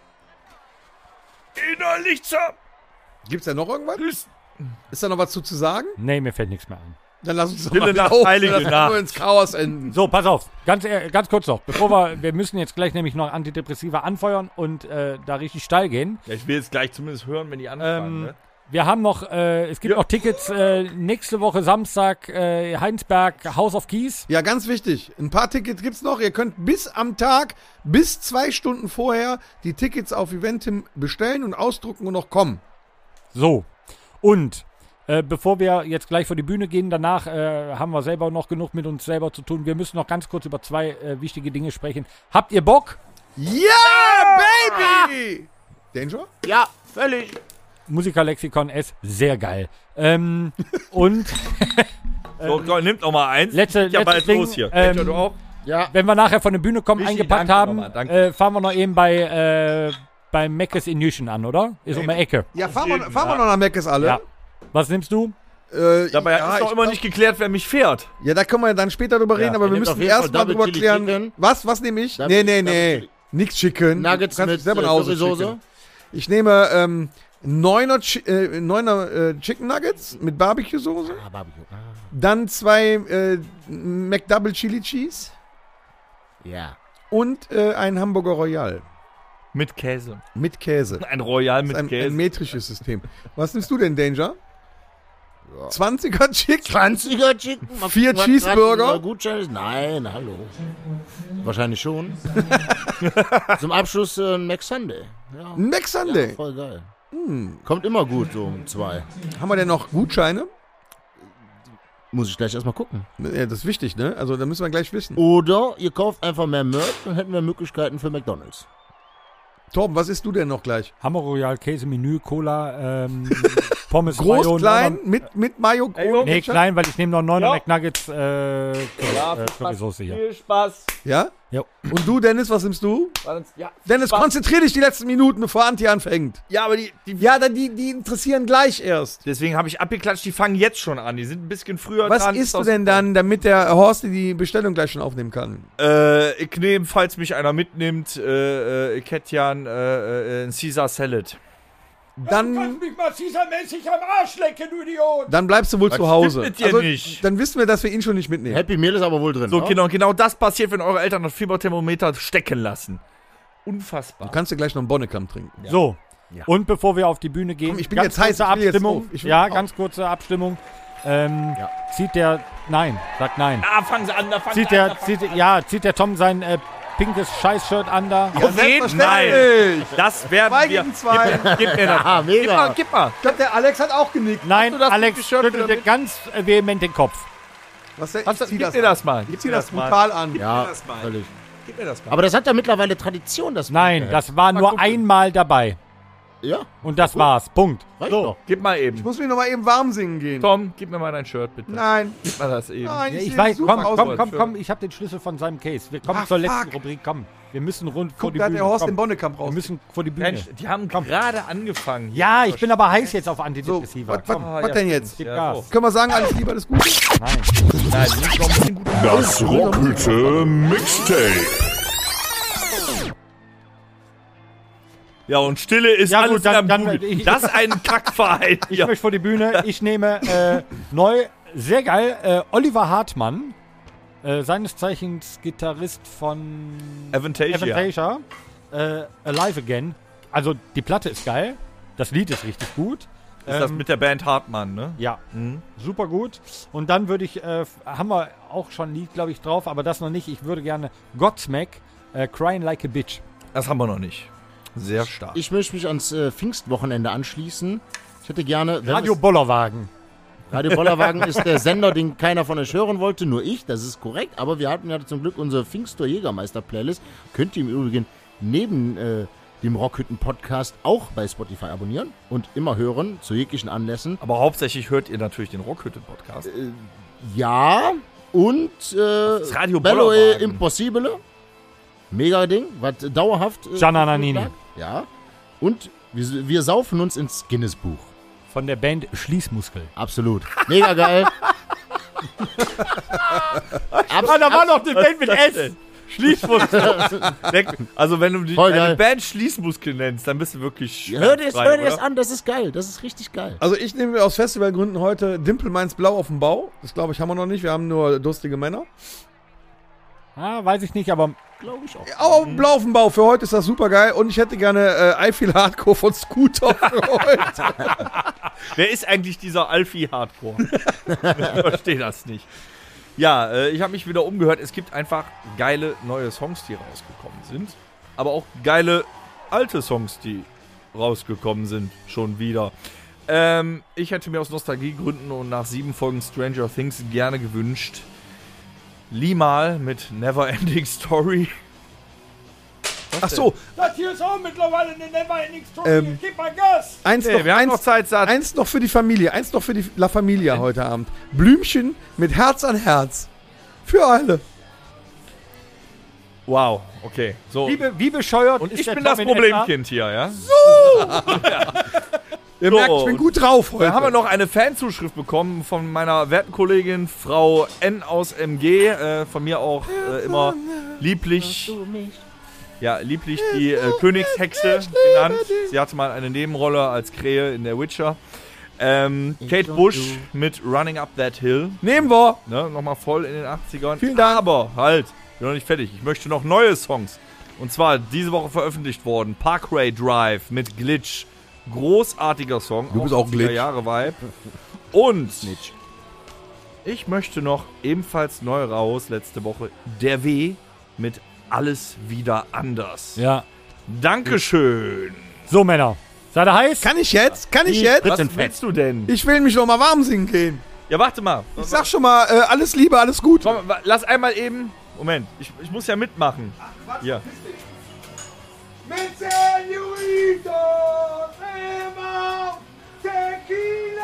Innerlich Gibt's da noch irgendwas? Ist da noch was zu sagen? Nee, mir fällt nichts mehr ein. Dann lass uns doch Stille mal Nacht, auf, heilige dass wir Nacht. nur ins Chaos enden. So, pass auf. Ganz kurz noch. Wir müssen jetzt gleich nämlich noch Antidepressiva anfeuern und da richtig steil gehen. Ja, ich will jetzt gleich zumindest hören, wenn die anfangen. Ne? Wir haben noch, es gibt noch Tickets nächste Woche Samstag, Heinsberg, House of Keys. Ja, ganz wichtig. Ein paar Tickets gibt's noch. Ihr könnt bis am Tag, bis 2 Stunden vorher die Tickets auf Eventim bestellen und ausdrucken und noch kommen. So. Und bevor wir jetzt gleich vor die Bühne gehen, danach haben wir selber noch genug mit uns selber zu tun. Wir müssen noch ganz kurz über 2 wichtige Dinge sprechen. Habt ihr Bock? Ja, Baby! Danger? Ja, völlig. Musikerlexikon S, sehr geil. Und So, nimmt noch mal eins. letztes bald Ding, los hier. Danger, du auch? Ja, wenn wir nachher von der Bühne kommen, Michi, eingepackt danke haben, nochmal, danke. fahren wir noch eben bei Meckes in Nüchen an, oder? Ist um die Ecke. Ja, fahren wir noch nach Meckes alle? Ja. Was nimmst du? Dabei ja, ist doch immer nicht geklärt, wer mich fährt. Ja, da können wir dann später drüber reden, aber wir nehmt müssen auf jeden Fall erstmal Double drüber Chili klären. Chicken. Was nehme ich? Double- Double Nee. Chili. Nix Chicken. Nuggets Du kannst mit selber nach Hause Currysoße. Chicken. Ich nehme 9er Chicken Nuggets mit Barbecue-Soße. Ah, Barbecue. Ah. Dann 2 McDouble Chili Cheese Ja. und ein Hamburger Royal Mit Käse. mit Käse. Ein Royal Das mit ist ein Käse. metrisches System. Was nimmst du denn, Danger? 20er Chicken? 20er Chicken? Mal 4 gucken, was Cheeseburger? grad ein Gutschein ist. Nein, hallo. Wahrscheinlich schon. Zum Abschluss ein Mac Sunday. Ja, Ein Mac Sunday. voll geil. Kommt immer gut so um 2. Haben wir denn noch Gutscheine? Muss ich gleich erstmal gucken. Ja, das ist wichtig, ne? Also da müssen wir gleich wissen. Oder ihr kauft einfach mehr Merch, dann hätten wir Möglichkeiten für McDonalds. Torben, was isst du denn noch gleich? Hammer Royal, Käse, Menü, Cola, Pommes Groß, Mayo, klein, mit Mayo, Nee, klein, weil ich nehme noch 9 Ja. McNuggets Ja, Currysoße hier. Viel Spaß. Ja? Ja. Und du, Dennis, was nimmst du? Ja, Dennis, Spaß. konzentrier dich die letzten Minuten, bevor Antje anfängt. Ja, aber die Ja, dann die interessieren gleich erst. deswegen habe ich abgeklatscht, die fangen jetzt schon an. Die sind ein bisschen früher Was dran. isst du denn dann, damit der Horst die Bestellung gleich schon aufnehmen kann? Ich nehme, falls mich einer mitnimmt, Ketjan, ein Caesar Salad. Dann, mich mal Caesar-mäßig am Arsch lecken, du Idiot! dann bleibst du wohl Was zu Hause. stimmt mit dir nicht? Dann wissen wir, dass wir ihn schon nicht mitnehmen. Happy Meal ist aber wohl drin. So, ne? genau das passiert, wenn eure Eltern das Fieberthermometer stecken lassen. Unfassbar. Du kannst dir gleich noch einen Bonnekamp trinken. So. Und bevor wir auf die Bühne gehen, Komm, ich bin ganz jetzt heiß, kurze ich will jetzt Abstimmung. auf. Ich will Ja, auf. ganz kurze Abstimmung. Zieht der, nein, sagt nein. Ah, fangen sie an, da fangen Zieht sie an. zieht der Tom sein pinkes Scheiß-Shirt an da? Auf jeden Fall. Selbstverständlich. Das werden 2 wir. gegen 2. Gib mir das. Ah, mega. Gib mal. Ich glaube, der Alex hat auch genickt. Nein, du das Alex pinke Shirt schüttelte wieder mit? ganz vehement den Kopf. Was der, Hast du, ich zieh gib das mir an. das mal. Ich zieh das brutal an. Ja, das mal. völlig. Gib mir das mal. Aber das hat ja mittlerweile Tradition, das Nein, das war nur einmal dabei. Ja, Und das war's. Punkt. reicht So. doch. Gib mal eben. Ich muss mich noch mal eben warm singen gehen. Tom, gib mir mal dein Shirt, bitte. Nein. Gib mal das eben. Nein, Ja, ich seh weiß, super komm, aus. komm, ich habe den Schlüssel von seinem Case. Wir kommen Ach, zur letzten fuck. Rubrik, komm. Wir müssen rund vor Guck, die da hat Bühne. der Horst komm. den Bonnekamp raus. Wir müssen vor die Bühne. Mensch, die haben gerade angefangen. Ja, ich bin aber heiß jetzt auf So, Antidepressiva. was Ah, denn jetzt? Gib Ja, Gas. so. Können wir sagen, alles Liebe, alles Gute? Nein. Nein, die sind noch ein bisschen gut. Das Rockhütte Mixtape. Ja, und Stille ist Ja, alles gut, dann- in der dann- Bude. ich- Das ist ein Kackverein. Ich möchte vor die Bühne. Ich nehme neu, sehr geil, Oliver Hartmann. Seines Zeichens Gitarrist von Avantasia. Avantasia. Alive Again. Also die Platte ist geil. Das Lied ist richtig gut. Ist das mit der Band Hartmann, ne? Ja, Mhm. super gut. Und dann würde ich, haben wir auch schon ein Lied, glaube ich, drauf, aber das noch nicht. Ich würde gerne Godsmack, Crying Like a Bitch. Das haben wir noch nicht. Sehr stark. Ich möchte mich ans Pfingstwochenende anschließen. Ich hätte gerne... wenn Radio es- Bollerwagen. Radio Bollerwagen ist der Sender, den keiner von euch hören wollte, nur ich, das ist korrekt. Aber wir hatten ja zum Glück unsere Pfingster Jägermeister-Playlist. Könnt ihr im Übrigen neben dem Rockhütten-Podcast auch bei Spotify abonnieren und immer hören, zu jeglichen Anlässen. Aber hauptsächlich hört ihr natürlich den Rockhütte-Podcast. Ja, und Radio Bello Bollerwagen. Impossibile. Mega Ding, was dauerhaft... Gianna Nannini. Ja, und wir saufen uns ins Guinness-Buch. Von der Band Schließmuskel. Absolut. Mega geil. Ah, da war noch eine Band mit S. Schließmuskel. Also wenn du Voll deine geil. Band Schließmuskel nennst, dann bist du wirklich Hör dir schmerzfrei, das oder? an, das ist geil. Das ist richtig geil. Also ich nehme aus Festivalgründen heute Dimpel Mainz Blau auf dem Bau. Das glaube ich haben wir noch nicht. Wir haben nur durstige Männer. Ah, weiß ich nicht, aber Glaube ich auch. Aber Blau auf dem Bau. Für heute ist das super geil. Und ich hätte gerne I Feel Hardcore von Scooter für heute. Wer ist eigentlich dieser Alfie Hardcore? Ich verstehe das nicht. Ja, ich habe mich wieder umgehört. Es gibt einfach geile neue Songs, die rausgekommen sind. Aber auch geile alte Songs, die rausgekommen sind. Schon wieder. Ich hätte mir aus Nostalgiegründen und nach 7 Folgen Stranger Things gerne gewünscht, Limal mit Neverending Story. Ach so, Das hier ist auch mittlerweile eine Neverending Story. Ähm, Gib mal Gas! eins, Nee, wir haben noch Zeit, Satz. eins noch für die Familie. Eins noch für die La Familia heute Abend. Blümchen mit Herz an Herz. Für alle. Wow, okay. So. wie bescheuert Und ist ich der bin Tom das in etwa? Problemkind hier, ja? Ihr So, merkt, ich bin gut drauf heute. Da haben wir noch eine Fanzuschrift bekommen von meiner werten Kollegin Frau N aus MG. Von mir auch immer lieblich. Ja, lieblich die Königshexe genannt. Sie hatte mal eine Nebenrolle als Krähe in der Witcher. Kate Bush mit Running Up That Hill. Nehmen wir. Ne, nochmal voll in den 80ern. Vielen Dank. Aber halt, ich bin noch nicht fertig. Ich möchte noch neue Songs. Und zwar diese Woche veröffentlicht worden. Parkway Drive mit Glitch. Großartiger Song. Du bist auch Glitch. Jahre-Vibe. Und ich möchte noch ebenfalls neu raus, letzte Woche, Der W mit Alles wieder anders. Ja. Dankeschön. So, Männer. Seid ihr heiß? Kann ich jetzt? Kann ich jetzt? Was willst du denn? Ich will mich noch mal warm singen gehen. Ja, warte mal. Ich sag schon mal, alles Liebe, alles gut. Komm, lass einmal eben... Moment, ich muss ja mitmachen. Ja. Mit Senorito, Tequila.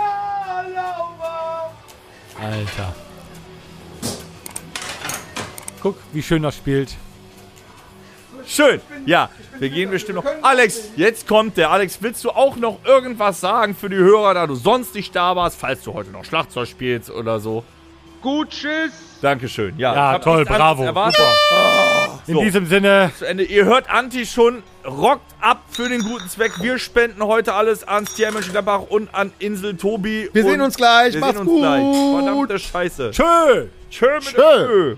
Guck, wie schön das spielt. Schön. Ja, wir gehen bestimmt noch. Alex, jetzt kommt der. Alex, willst du auch noch irgendwas sagen für die Hörer, da du sonst nicht da warst, falls du heute noch Schlagzeug spielst oder so? Gut, tschüss. Dankeschön. Ja, Ja, ich hab toll, nichts anderes bravo. erwartet. In So. diesem Sinne, Zu Ende. Ihr hört Anti schon, rockt ab für den guten Zweck. Wir spenden heute alles ans Tierheim Mönchengladbach und an Insel Tobi. Wir sehen uns gleich. Wir Macht's sehen uns gleich. gut. Verdammte Scheiße. tschö! Tschö mit Tschö. Ö.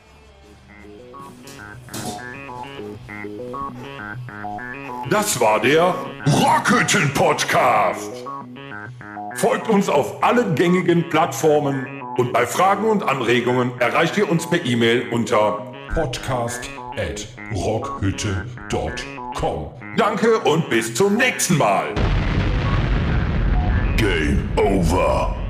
Das war der Rockhütten-Podcast. Folgt uns auf allen gängigen Plattformen und bei Fragen und Anregungen erreicht ihr uns per E-Mail unter podcast@rockhütte.com. Danke und bis zum nächsten Mal. Game over.